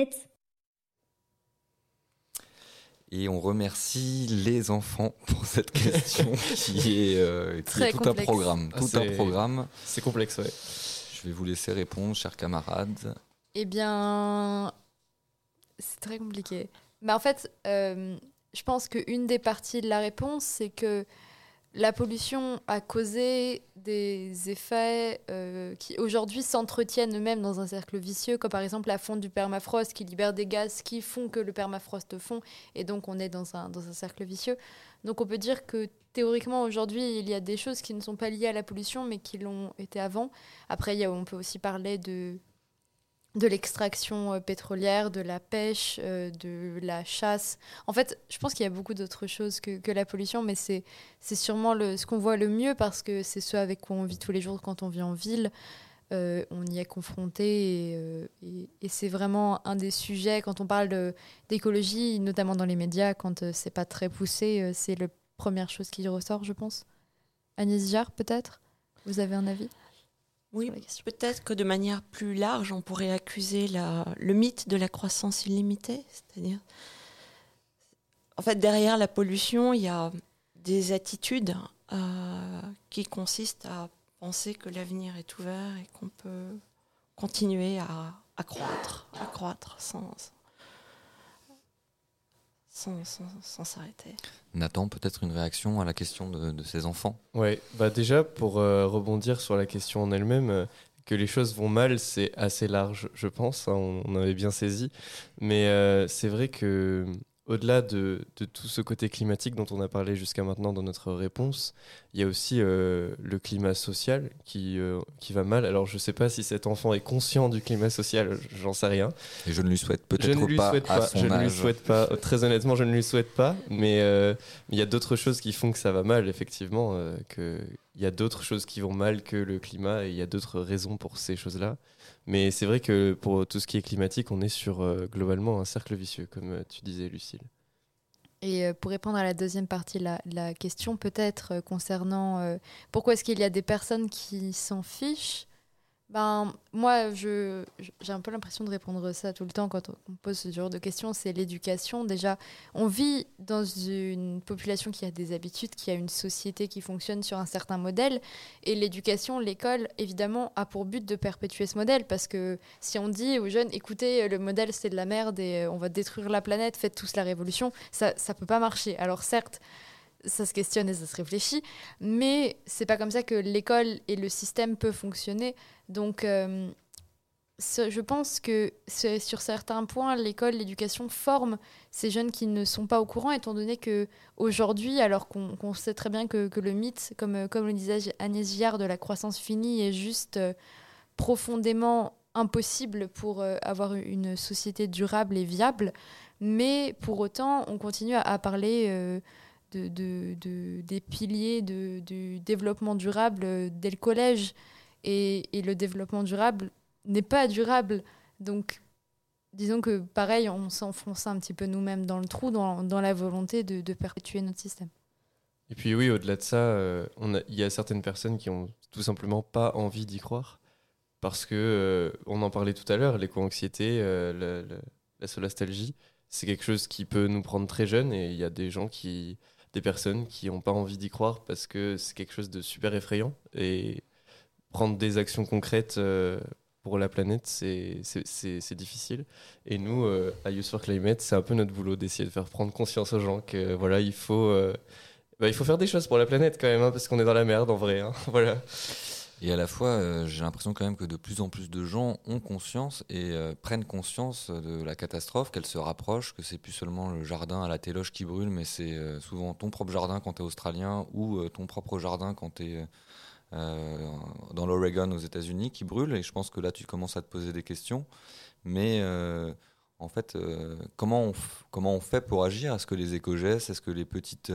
Et on remercie les enfants pour cette question qui est tout un programme. C'est complexe, ouais. Je vais vous laisser répondre, chers camarades. Eh bien, c'est très compliqué. Mais en fait, je pense qu'une des parties de la réponse, c'est que la pollution a causé des effets qui aujourd'hui s'entretiennent eux-mêmes dans un cercle vicieux, comme par exemple la fonte du permafrost qui libère des gaz qui font que le permafrost fond, et donc on est dans un cercle vicieux. Donc on peut dire que théoriquement aujourd'hui il y a des choses qui ne sont pas liées à la pollution mais qui l'ont été avant. Après on peut aussi parler de l'extraction pétrolière, de la pêche, de la chasse. En fait, je pense qu'il y a beaucoup d'autres choses que la pollution, mais c'est sûrement ce qu'on voit le mieux parce que c'est ce avec quoi on vit tous les jours quand on vit en ville. On y est confronté et c'est vraiment un des sujets quand on parle d'écologie, notamment dans les médias, quand c'est pas très poussé, c'est la première chose qui ressort, je pense. Agnès Jarre, peut-être ? Vous avez un avis ? Oui, peut-être que de manière plus large, on pourrait accuser le mythe de la croissance illimitée. C'est-à-dire, en fait, derrière la pollution, il y a des attitudes qui consistent à penser que l'avenir est ouvert et qu'on peut continuer à croître sans s'arrêter. Nathan, peut-être une réaction à la question de ces enfants ? Ouais, déjà pour rebondir sur la question en elle-même, que les choses vont mal, c'est assez large, je pense, hein, on avait bien saisi. Mais c'est vrai que au-delà de tout ce côté climatique dont on a parlé jusqu'à maintenant dans notre réponse, il y a aussi le climat social qui va mal. Alors je ne sais pas si cet enfant est conscient du climat social, j'en sais rien. Et je ne lui souhaite peut-être pas à son âge. Je ne lui souhaite pas. Très honnêtement, je ne lui souhaite pas. Mais il y a d'autres choses qui font que ça va mal, effectivement. Il y a d'autres choses qui vont mal que le climat et il y a d'autres raisons pour ces choses-là. Mais c'est vrai que pour tout ce qui est climatique, on est sur globalement un cercle vicieux, comme tu disais, Lucille. Et pour répondre à la deuxième partie de la question, peut-être concernant pourquoi est-ce qu'il y a des personnes qui s'en fichent, moi, j'ai un peu l'impression de répondre ça tout le temps quand on pose ce genre de questions, c'est l'éducation. Déjà, on vit dans une population qui a des habitudes, qui a une société qui fonctionne sur un certain modèle. Et l'éducation, l'école, évidemment, a pour but de perpétuer ce modèle. Parce que si on dit aux jeunes, écoutez, le modèle, c'est de la merde et on va détruire la planète, faites tous la révolution, ça ne peut pas marcher. Alors certes, ça se questionne et ça se réfléchit, mais c'est pas comme ça que l'école et le système peuvent fonctionner. Donc, je pense que sur certains points, l'école, l'éducation forme ces jeunes qui ne sont pas au courant, étant donné qu'aujourd'hui, alors qu'on sait très bien que le mythe, comme le disait Agnès Jarre, de la croissance finie est juste profondément impossible pour avoir une société durable et viable, mais pour autant, on continue à parler des piliers du développement durable dès le collège. Et le développement durable n'est pas durable. Donc, disons que, pareil, on s'enfonce un petit peu nous-mêmes dans le trou, dans la volonté de perpétuer notre système. Et puis oui, au-delà de ça, il y a certaines personnes qui ont tout simplement pas envie d'y croire. Parce que, on en parlait tout à l'heure, l'éco-anxiété, la solastalgie, c'est quelque chose qui peut nous prendre très jeunes. Et il y a des personnes qui n'ont pas envie d'y croire parce que c'est quelque chose de super effrayant. Et prendre des actions concrètes pour la planète, c'est difficile. Et nous, à Youth for Climate, c'est un peu notre boulot d'essayer de faire prendre conscience aux gens que voilà, il faut faire des choses pour la planète quand même, hein, parce qu'on est dans la merde en vrai. Hein, voilà. Et à la fois, j'ai l'impression quand même que de plus en plus de gens ont conscience et prennent conscience de la catastrophe, qu'elle se rapproche, que c'est plus seulement le jardin à la téloche qui brûle, mais c'est souvent ton propre jardin quand tu es australien ou ton propre jardin quand tu es dans l'Oregon aux États-Unis qui brûle. Et je pense que là, tu commences à te poser des questions. Mais en fait, comment on fait pour agir ? Est-ce que les éco-gestes, est-ce que les petites...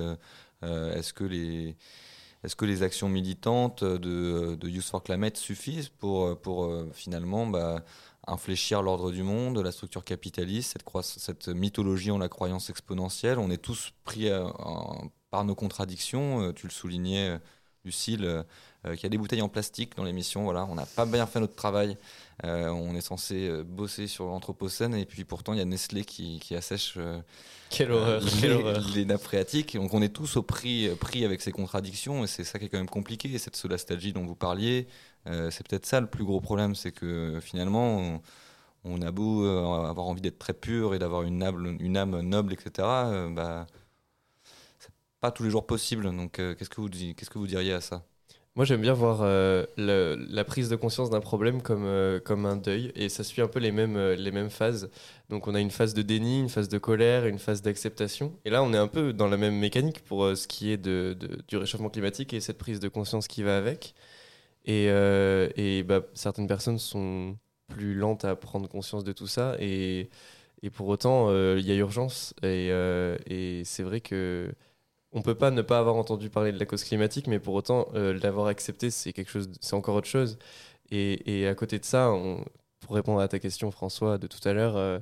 Est-ce que les actions militantes de Youth for Climate suffisent pour finalement infléchir l'ordre du monde, la structure capitaliste, cette mythologie en la croyance exponentielle ? On est tous pris par nos contradictions. Tu le soulignais, Lucille, qu'il y a des bouteilles en plastique dans l'émission. Voilà, on n'a pas bien fait notre travail. On est censé bosser sur l'anthropocène et puis pourtant il y a Nestlé qui assèche quelle horreur. Les nappes phréatiques. Donc on est tous pris avec ces contradictions et c'est ça qui est quand même compliqué. Et cette solastalgie dont vous parliez, c'est peut-être ça le plus gros problème, c'est que finalement on a beau avoir envie d'être très pur et d'avoir une âme noble, etc. C'est pas tous les jours possible. Donc qu'est-ce que vous diriez à ça ? Moi, j'aime bien voir la prise de conscience d'un problème comme un deuil, et ça suit un peu les mêmes phases. Donc, on a une phase de déni, une phase de colère, une phase d'acceptation. Et là, on est un peu dans la même mécanique pour ce qui est du réchauffement climatique et cette prise de conscience qui va avec. Et certaines personnes sont plus lente à prendre conscience de tout ça. Et pour autant, il y a urgence. Et c'est vrai que on peut pas ne pas avoir entendu parler de la cause climatique, mais pour autant, l'avoir accepté, c'est encore autre chose. Et à côté de ça, pour répondre à ta question, François, de tout à l'heure,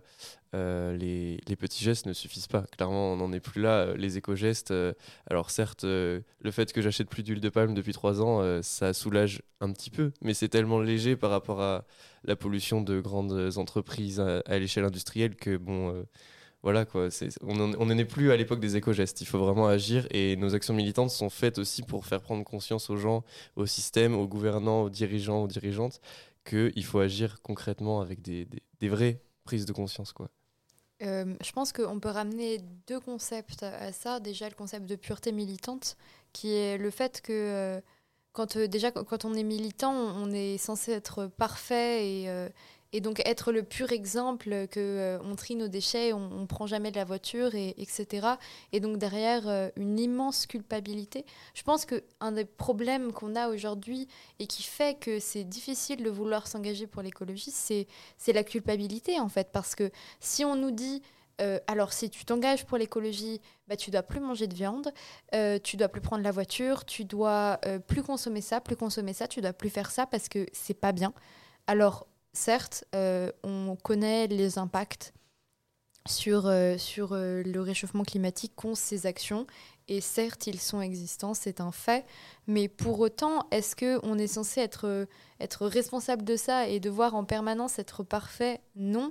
les petits gestes ne suffisent pas. Clairement, on n'en est plus là. Les éco-gestes, alors certes, le fait que j'achète plus d'huile de palme depuis 3 ans, ça soulage un petit peu, mais c'est tellement léger par rapport à la pollution de grandes entreprises à l'échelle industrielle que bon... Voilà quoi, on n'en est plus à l'époque des éco-gestes, il faut vraiment agir et nos actions militantes sont faites aussi pour faire prendre conscience aux gens, au système, aux gouvernants, aux dirigeants, aux dirigeantes qu'il faut agir concrètement avec des vraies prises de conscience quoi. Je pense qu'on peut ramener 2 concepts à ça. Déjà, le concept de pureté militante, qui est le fait que quand on est militant, on est censé être parfait et donc être le pur exemple que on trie nos déchets, on prend jamais de la voiture, etc. Et donc derrière, une immense culpabilité. Je pense qu'un des problèmes qu'on a aujourd'hui et qui fait que c'est difficile de vouloir s'engager pour l'écologie, c'est la culpabilité en fait. Parce que si on nous dit... alors si tu t'engages pour l'écologie, bah, tu dois plus manger de viande, tu dois plus prendre la voiture, tu dois plus consommer ça, tu dois plus faire ça parce que c'est pas bien. Alors certes, on connaît les impacts sur le réchauffement climatique qu'ont ces actions et certes ils sont existants, c'est un fait, mais pour autant est-ce qu'on est censé être responsable de ça et devoir en permanence être parfait? Non.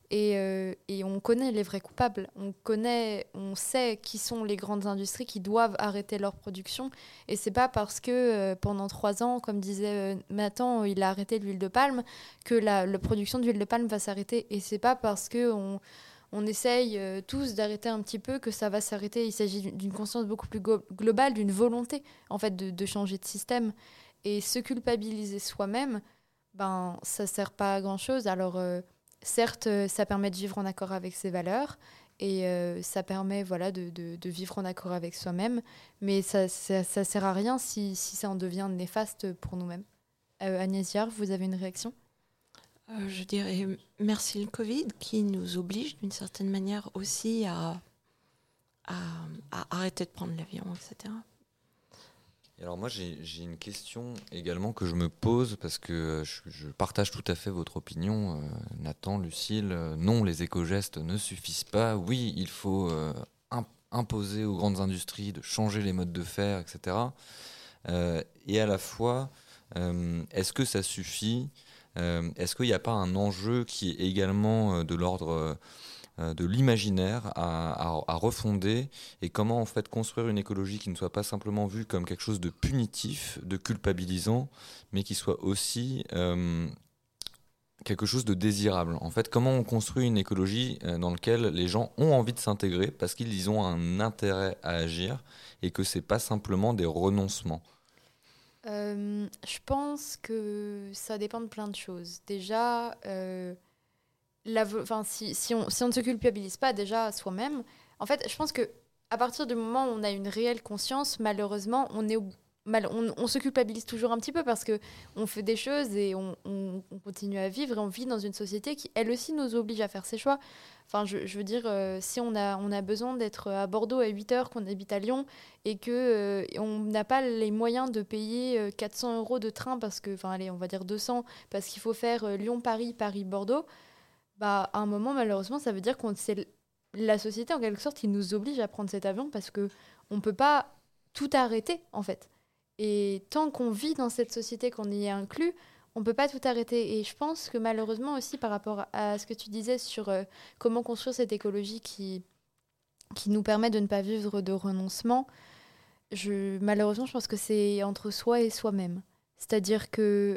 Et on connaît les vrais coupables. On sait qui sont les grandes industries qui doivent arrêter leur production. Et c'est pas parce que pendant 3 ans, comme disait Nathan, il a arrêté l'huile de palme, que la production d'huile de palme va s'arrêter. Et c'est pas parce que on essaye tous d'arrêter un petit peu que ça va s'arrêter. Il s'agit d'une conscience beaucoup plus globale, d'une volonté en fait de changer de système. Et se culpabiliser soi-même, ben ça sert pas à grand chose. Alors certes, ça permet de vivre en accord avec ses valeurs et ça permet de vivre en accord avec soi-même, mais ça sert à rien si ça en devient néfaste pour nous-mêmes. Agnès Viard, vous avez une réaction ? Je dirais merci le Covid qui nous oblige d'une certaine manière aussi à arrêter de prendre l'avion, etc. Alors moi j'ai une question également que je me pose parce que je partage tout à fait votre opinion, Nathan, Lucille. Non, les éco-gestes ne suffisent pas. Oui, il faut imposer aux grandes industries de changer les modes de faire, etc. Et à la fois, est-ce que ça suffit ? Est-ce qu'il n'y a pas un enjeu qui est également de l'ordre de l'imaginaire à refonder, et comment en fait construire une écologie qui ne soit pas simplement vue comme quelque chose de punitif, de culpabilisant, mais qui soit aussi quelque chose de désirable. En fait, comment on construit une écologie dans laquelle les gens ont envie de s'intégrer parce qu'ils ont un intérêt à agir et que c'est pas simplement des renoncements. Je pense que ça dépend de plein de choses. Déjà, si on ne se culpabilise pas déjà soi-même, en fait, je pense qu'à partir du moment où on a une réelle conscience, malheureusement, on se culpabilise toujours un petit peu parce qu'on fait des choses et on continue à vivre et on vit dans une société qui, elle aussi, nous oblige à faire ses choix. Enfin, je veux dire, si on a besoin d'être à Bordeaux à 8 heures, qu'on habite à Lyon et qu'on n'a pas les moyens de payer 400 € de train parce que, enfin, allez, on va dire 200, parce qu'il faut faire Lyon-Paris, Paris-Bordeaux, bah, à un moment, malheureusement, ça veut dire que c'est la société, en quelque sorte, qui nous oblige à prendre cet avion parce qu'on ne peut pas tout arrêter, en fait. Et tant qu'on vit dans cette société, qu'on y est inclus, on ne peut pas tout arrêter. Et je pense que malheureusement aussi, par rapport à ce que tu disais sur comment construire cette écologie qui nous permet de ne pas vivre de renoncement, malheureusement, je pense que c'est entre soi et soi-même. C'est-à-dire que,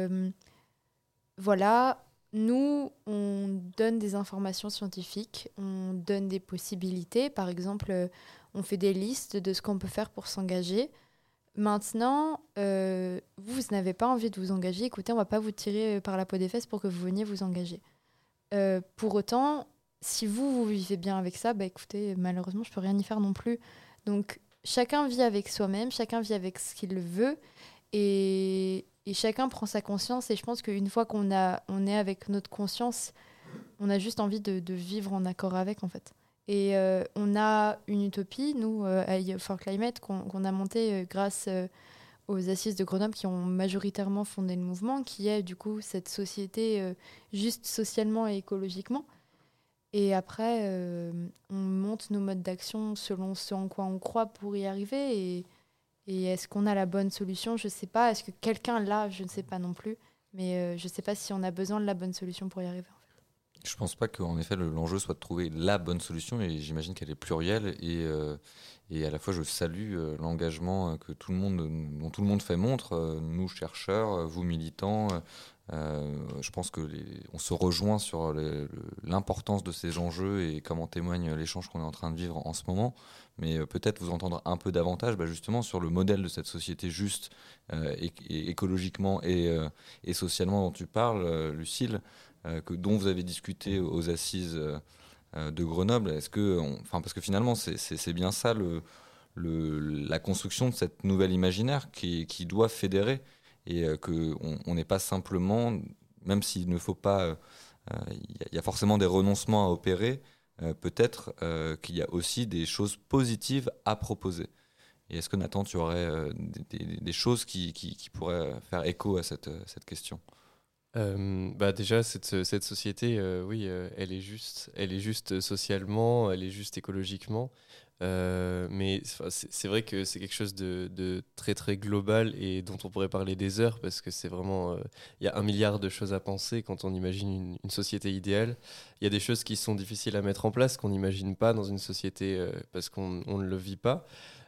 voilà, nous, on donne des informations scientifiques, on donne des possibilités. Par exemple, on fait des listes de ce qu'on peut faire pour s'engager. Maintenant, vous n'avez pas envie de vous engager. Écoutez, on ne va pas vous tirer par la peau des fesses pour que vous veniez vous engager. Pour autant, si vous vivez bien avec ça, bah écoutez, malheureusement, je ne peux rien y faire non plus. Donc, chacun vit avec soi-même, chacun vit avec ce qu'il veut. Et et chacun prend sa conscience. Et je pense qu'une fois on est avec notre conscience, on a juste envie de vivre en accord avec, en fait. Et on a une utopie, nous, à For Climate, qu'on a montée grâce aux assises de Grenoble qui ont majoritairement fondé le mouvement, qui est du coup cette société juste socialement et écologiquement. Et après, on monte nos modes d'action selon ce en quoi on croit pour y arriver. Et est-ce qu'on a la bonne solution ? Je ne sais pas. Est-ce que quelqu'un l'a ? Je ne sais pas non plus. Mais je ne sais pas si on a besoin de la bonne solution pour y arriver. Je ne pense pas qu'en effet l'enjeu soit de trouver la bonne solution, et j'imagine qu'elle est plurielle, et à la fois je salue l'engagement dont tout le monde fait montre, nous chercheurs, vous militants. Je pense qu'on se rejoint sur l'importance de ces enjeux et comme en témoigne l'échange qu'on est en train de vivre en ce moment, mais peut-être vous entendre un peu davantage justement sur le modèle de cette société juste et écologiquement et socialement dont tu parles, Lucille, dont vous avez discuté aux assises de Grenoble. Parce que finalement c'est bien ça la construction de cette nouvelle imaginaire qui doit fédérer, et qu'on n'est pas simplement, même s'il ne faut pas, il y a forcément des renoncements à opérer, peut-être qu'il y a aussi des choses positives à proposer. Et est-ce que Nathan, tu aurais des choses qui pourraient faire écho à cette question ? Déjà cette société, oui, elle est juste socialement, elle est juste écologiquement, mais c'est vrai que c'est quelque chose de très très global et dont on pourrait parler des heures, parce que c'est vraiment, il y a 1 milliard de choses à penser quand on imagine une société idéale. Il y a des choses qui sont difficiles à mettre en place, qu'on n'imagine pas dans une société parce qu'on ne le vit pas.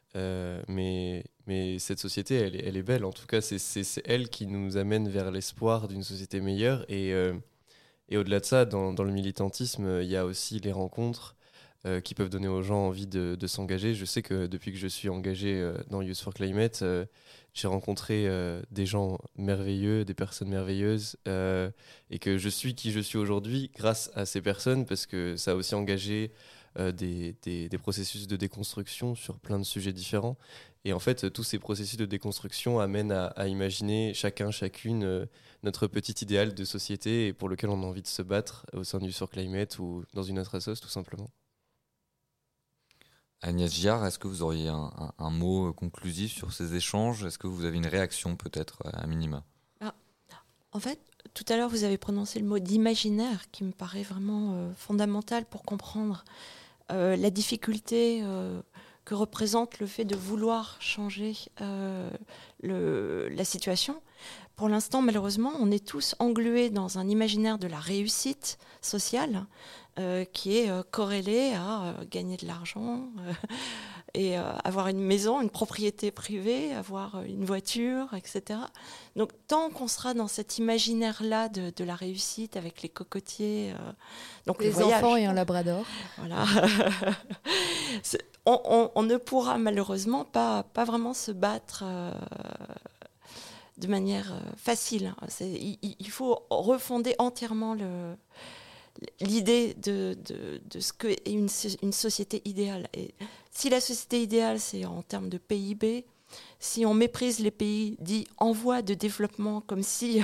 Mais cette société, elle est belle. En tout cas, c'est elle qui nous amène vers l'espoir d'une société meilleure. Et au-delà de ça, dans le militantisme, il y a aussi les rencontres qui peuvent donner aux gens envie de s'engager. Je sais que depuis que je suis engagé dans Youth for Climate, j'ai rencontré des gens merveilleux, des personnes merveilleuses, et que je suis qui je suis aujourd'hui grâce à ces personnes, parce que ça a aussi engagé des processus de déconstruction sur plein de sujets différents. Et en fait, tous ces processus de déconstruction amènent à imaginer chacune notre petit idéal de société, et pour lequel on a envie de se battre au sein du Youth for Climate ou dans une autre assoce, tout simplement. Agnès Giard, est-ce que vous auriez un mot conclusif sur ces échanges ? Est-ce que vous avez une réaction peut-être à minima ? En fait, tout à l'heure, vous avez prononcé le mot d'imaginaire qui me paraît vraiment fondamental pour comprendre la difficulté que représente le fait de vouloir changer la situation. Pour l'instant, malheureusement, on est tous englués dans un imaginaire de la réussite sociale qui est corrélé à gagner de l'argent et avoir une maison, une propriété privée, avoir une voiture, etc. Donc, tant qu'on sera dans cet imaginaire-là de la réussite avec les cocotiers, donc les enfants et un labrador. Voilà. On ne pourra malheureusement pas vraiment se battre de manière facile. Il faut refonder entièrement l'idée de ce qu'est une société idéale. Et si la société idéale, c'est en termes de PIB, si on méprise les pays dits en voie de développement, comme si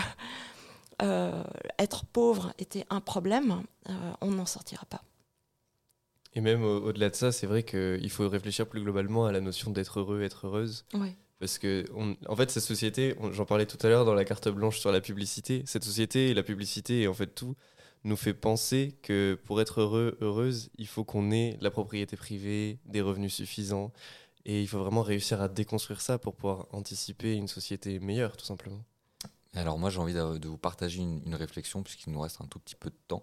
être pauvre était un problème, on n'en sortira pas. Et même au-delà de ça, c'est vrai qu'il faut réfléchir plus globalement à la notion d'être heureux, être heureuse. Oui. Parce que, en fait, cette société, j'en parlais tout à l'heure dans la carte blanche sur la publicité, cette société et la publicité et en fait tout nous fait penser que pour être heureux, heureuse, il faut qu'on ait la propriété privée, des revenus suffisants, et il faut vraiment réussir à déconstruire ça pour pouvoir anticiper une société meilleure, tout simplement. Alors moi, j'ai envie de vous partager une réflexion, puisqu'il nous reste un tout petit peu de temps,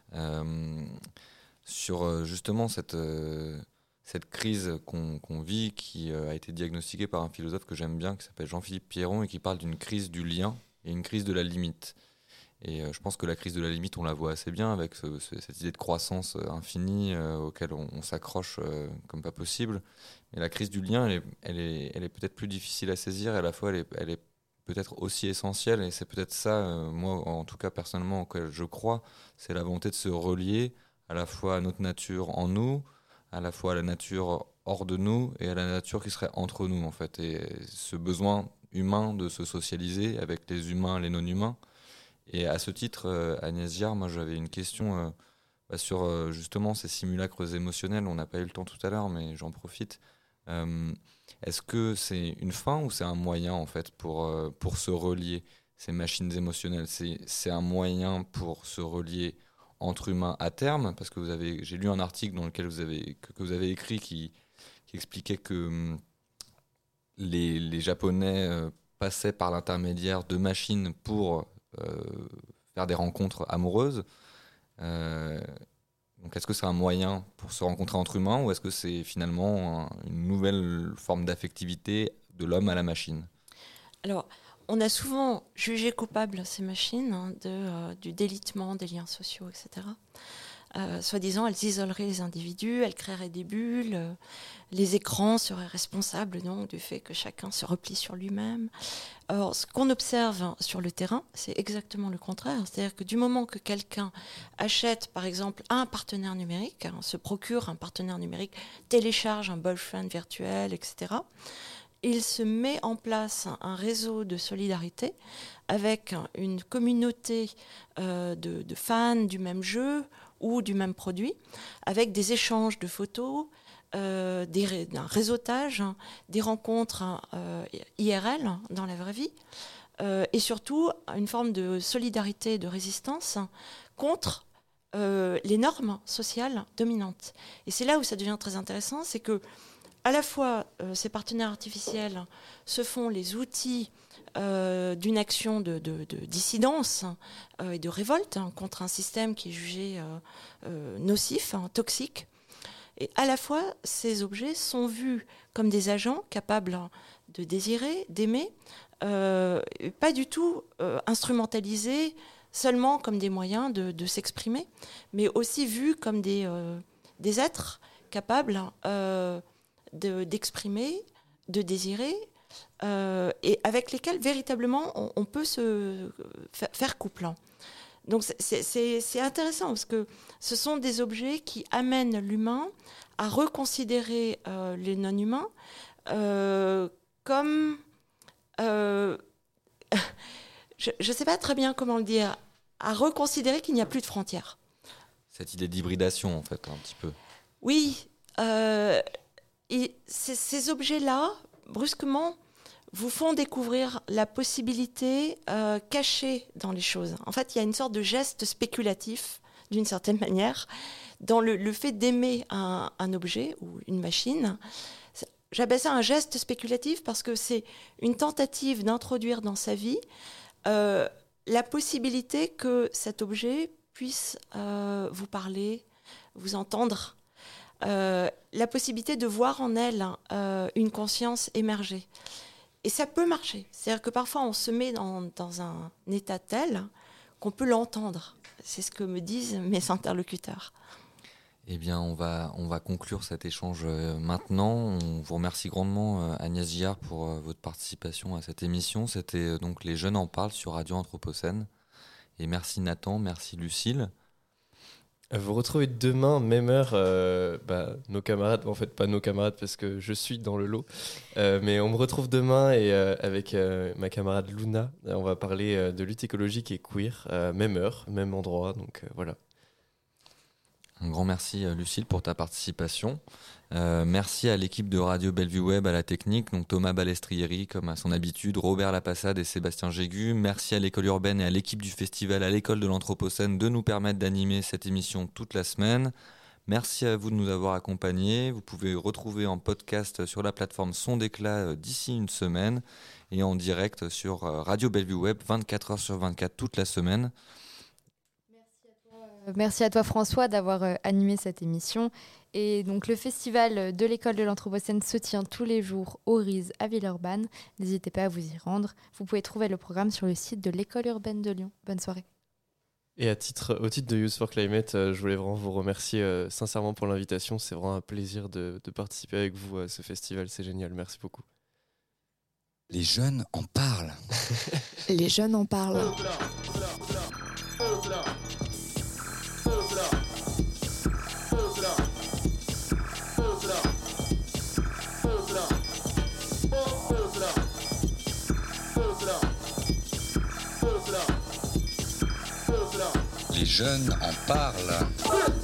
sur justement cette crise qu'on vit, qui a été diagnostiquée par un philosophe que j'aime bien, qui s'appelle Jean-Philippe Pierron, et qui parle d'une crise du lien et une crise de la limite. Et je pense que la crise de la limite, on la voit assez bien avec cette idée de croissance infinie auquel on s'accroche comme pas possible. Mais la crise du lien, elle est peut-être plus difficile à saisir, et à la fois elle est peut-être aussi essentielle. Et c'est peut-être ça, moi en tout cas personnellement, auquel je crois, c'est la volonté de se relier à la fois à notre nature en nous, à la fois à la nature hors de nous et à la nature qui serait entre nous en fait. Et ce besoin humain de se socialiser avec les humains, les non-humains. Et à ce titre, Agnès Giard, moi j'avais une question sur justement ces simulacres émotionnels. On n'a pas eu le temps tout à l'heure, mais j'en profite. Est-ce que c'est une fin ou c'est un moyen en fait pour se relier, ces machines émotionnelles? C'est un moyen pour se relier entre humains à terme, parce que j'ai lu un article dans lequel que vous avez écrit qui expliquait que les Japonais passaient par l'intermédiaire de machines pour faire des rencontres amoureuses. Donc est-ce que c'est un moyen pour se rencontrer entre humains, ou est-ce que c'est finalement une nouvelle forme d'affectivité de l'homme à la machine? Alors, on a souvent jugé coupables ces machines du délitement des liens sociaux, etc. Soi-disant, elles isoleraient les individus, elles créeraient des bulles, les écrans seraient responsables donc, du fait que chacun se replie sur lui-même. Alors, ce qu'on observe sur le terrain, c'est exactement le contraire. C'est-à-dire que du moment que quelqu'un achète, par exemple, un partenaire numérique, se procure un partenaire numérique, télécharge un boyfriend virtuel, etc., il se met en place un réseau de solidarité avec une communauté de fans du même jeu ou du même produit, avec des échanges de photos, un réseautage, des rencontres IRL dans la vraie vie, et surtout une forme de solidarité, de résistance contre les normes sociales dominantes. Et c'est là où ça devient très intéressant, c'est que à la fois, ces partenaires artificiels se font les outils d'une action de dissidence et de révolte contre un système qui est jugé nocif, toxique. Et à la fois, ces objets sont vus comme des agents capables de désirer, d'aimer, pas du tout instrumentalisés seulement comme des moyens de s'exprimer, mais aussi vus comme des êtres capables d'exprimer, de désirer, et avec lesquels véritablement on peut se faire couple. Donc c'est intéressant parce que ce sont des objets qui amènent l'humain à reconsidérer les non-humains comme... je ne sais pas très bien comment le dire, à reconsidérer qu'il n'y a plus de frontières. Cette idée d'hybridation, en fait, un petit peu. Oui, et ces objets-là, brusquement, vous font découvrir la possibilité cachée dans les choses. En fait, il y a une sorte de geste spéculatif, d'une certaine manière, dans le fait d'aimer un objet ou une machine. J'appelle ça un geste spéculatif parce que c'est une tentative d'introduire dans sa vie la possibilité que cet objet puisse vous parler, vous entendre, la possibilité de voir en elle une conscience émerger. Et ça peut marcher. C'est-à-dire que parfois, on se met dans un état tel qu'on peut l'entendre. C'est ce que me disent mes interlocuteurs. Eh bien, on va conclure cet échange maintenant. On vous remercie grandement, Agnès Giard, pour votre participation à cette émission. C'était donc Les Jeunes en parlent sur Radio Anthropocène. Et merci Nathan, merci Lucille. Vous retrouvez demain, même heure, nos camarades, en fait pas nos camarades parce que je suis dans le lot, mais on me retrouve demain et avec ma camarade Luna, on va parler de lutte écologique et queer, même heure, même endroit, donc voilà. Un grand merci Lucille pour ta participation. Merci à l'équipe de Radio Bellevue Web, à la technique, donc Thomas Balestrieri comme à son habitude, Robert Lapassade et Sébastien Jégu. Merci à l'école urbaine et à l'équipe du festival à l'école de l'Anthropocène de nous permettre d'animer cette émission toute la semaine. Merci à vous de nous avoir accompagnés. Vous pouvez retrouver en podcast sur la plateforme Son d'éclat d'ici une semaine et en direct sur Radio Bellevue Web 24h sur 24 toute la semaine. Merci à toi François d'avoir animé cette émission. Et donc le festival de l'école de l'Anthropocène se tient tous les jours au RIS à Villeurbanne. N'hésitez pas à vous y rendre. Vous pouvez trouver le programme sur le site de l'école urbaine de Lyon. Bonne soirée. Et au titre de Youth for Climate, je voulais vraiment vous remercier sincèrement pour l'invitation. C'est vraiment un plaisir de participer avec vous à ce festival. C'est génial. Merci beaucoup. Les jeunes en parlent. Les jeunes en parlent. Les jeunes en parlent.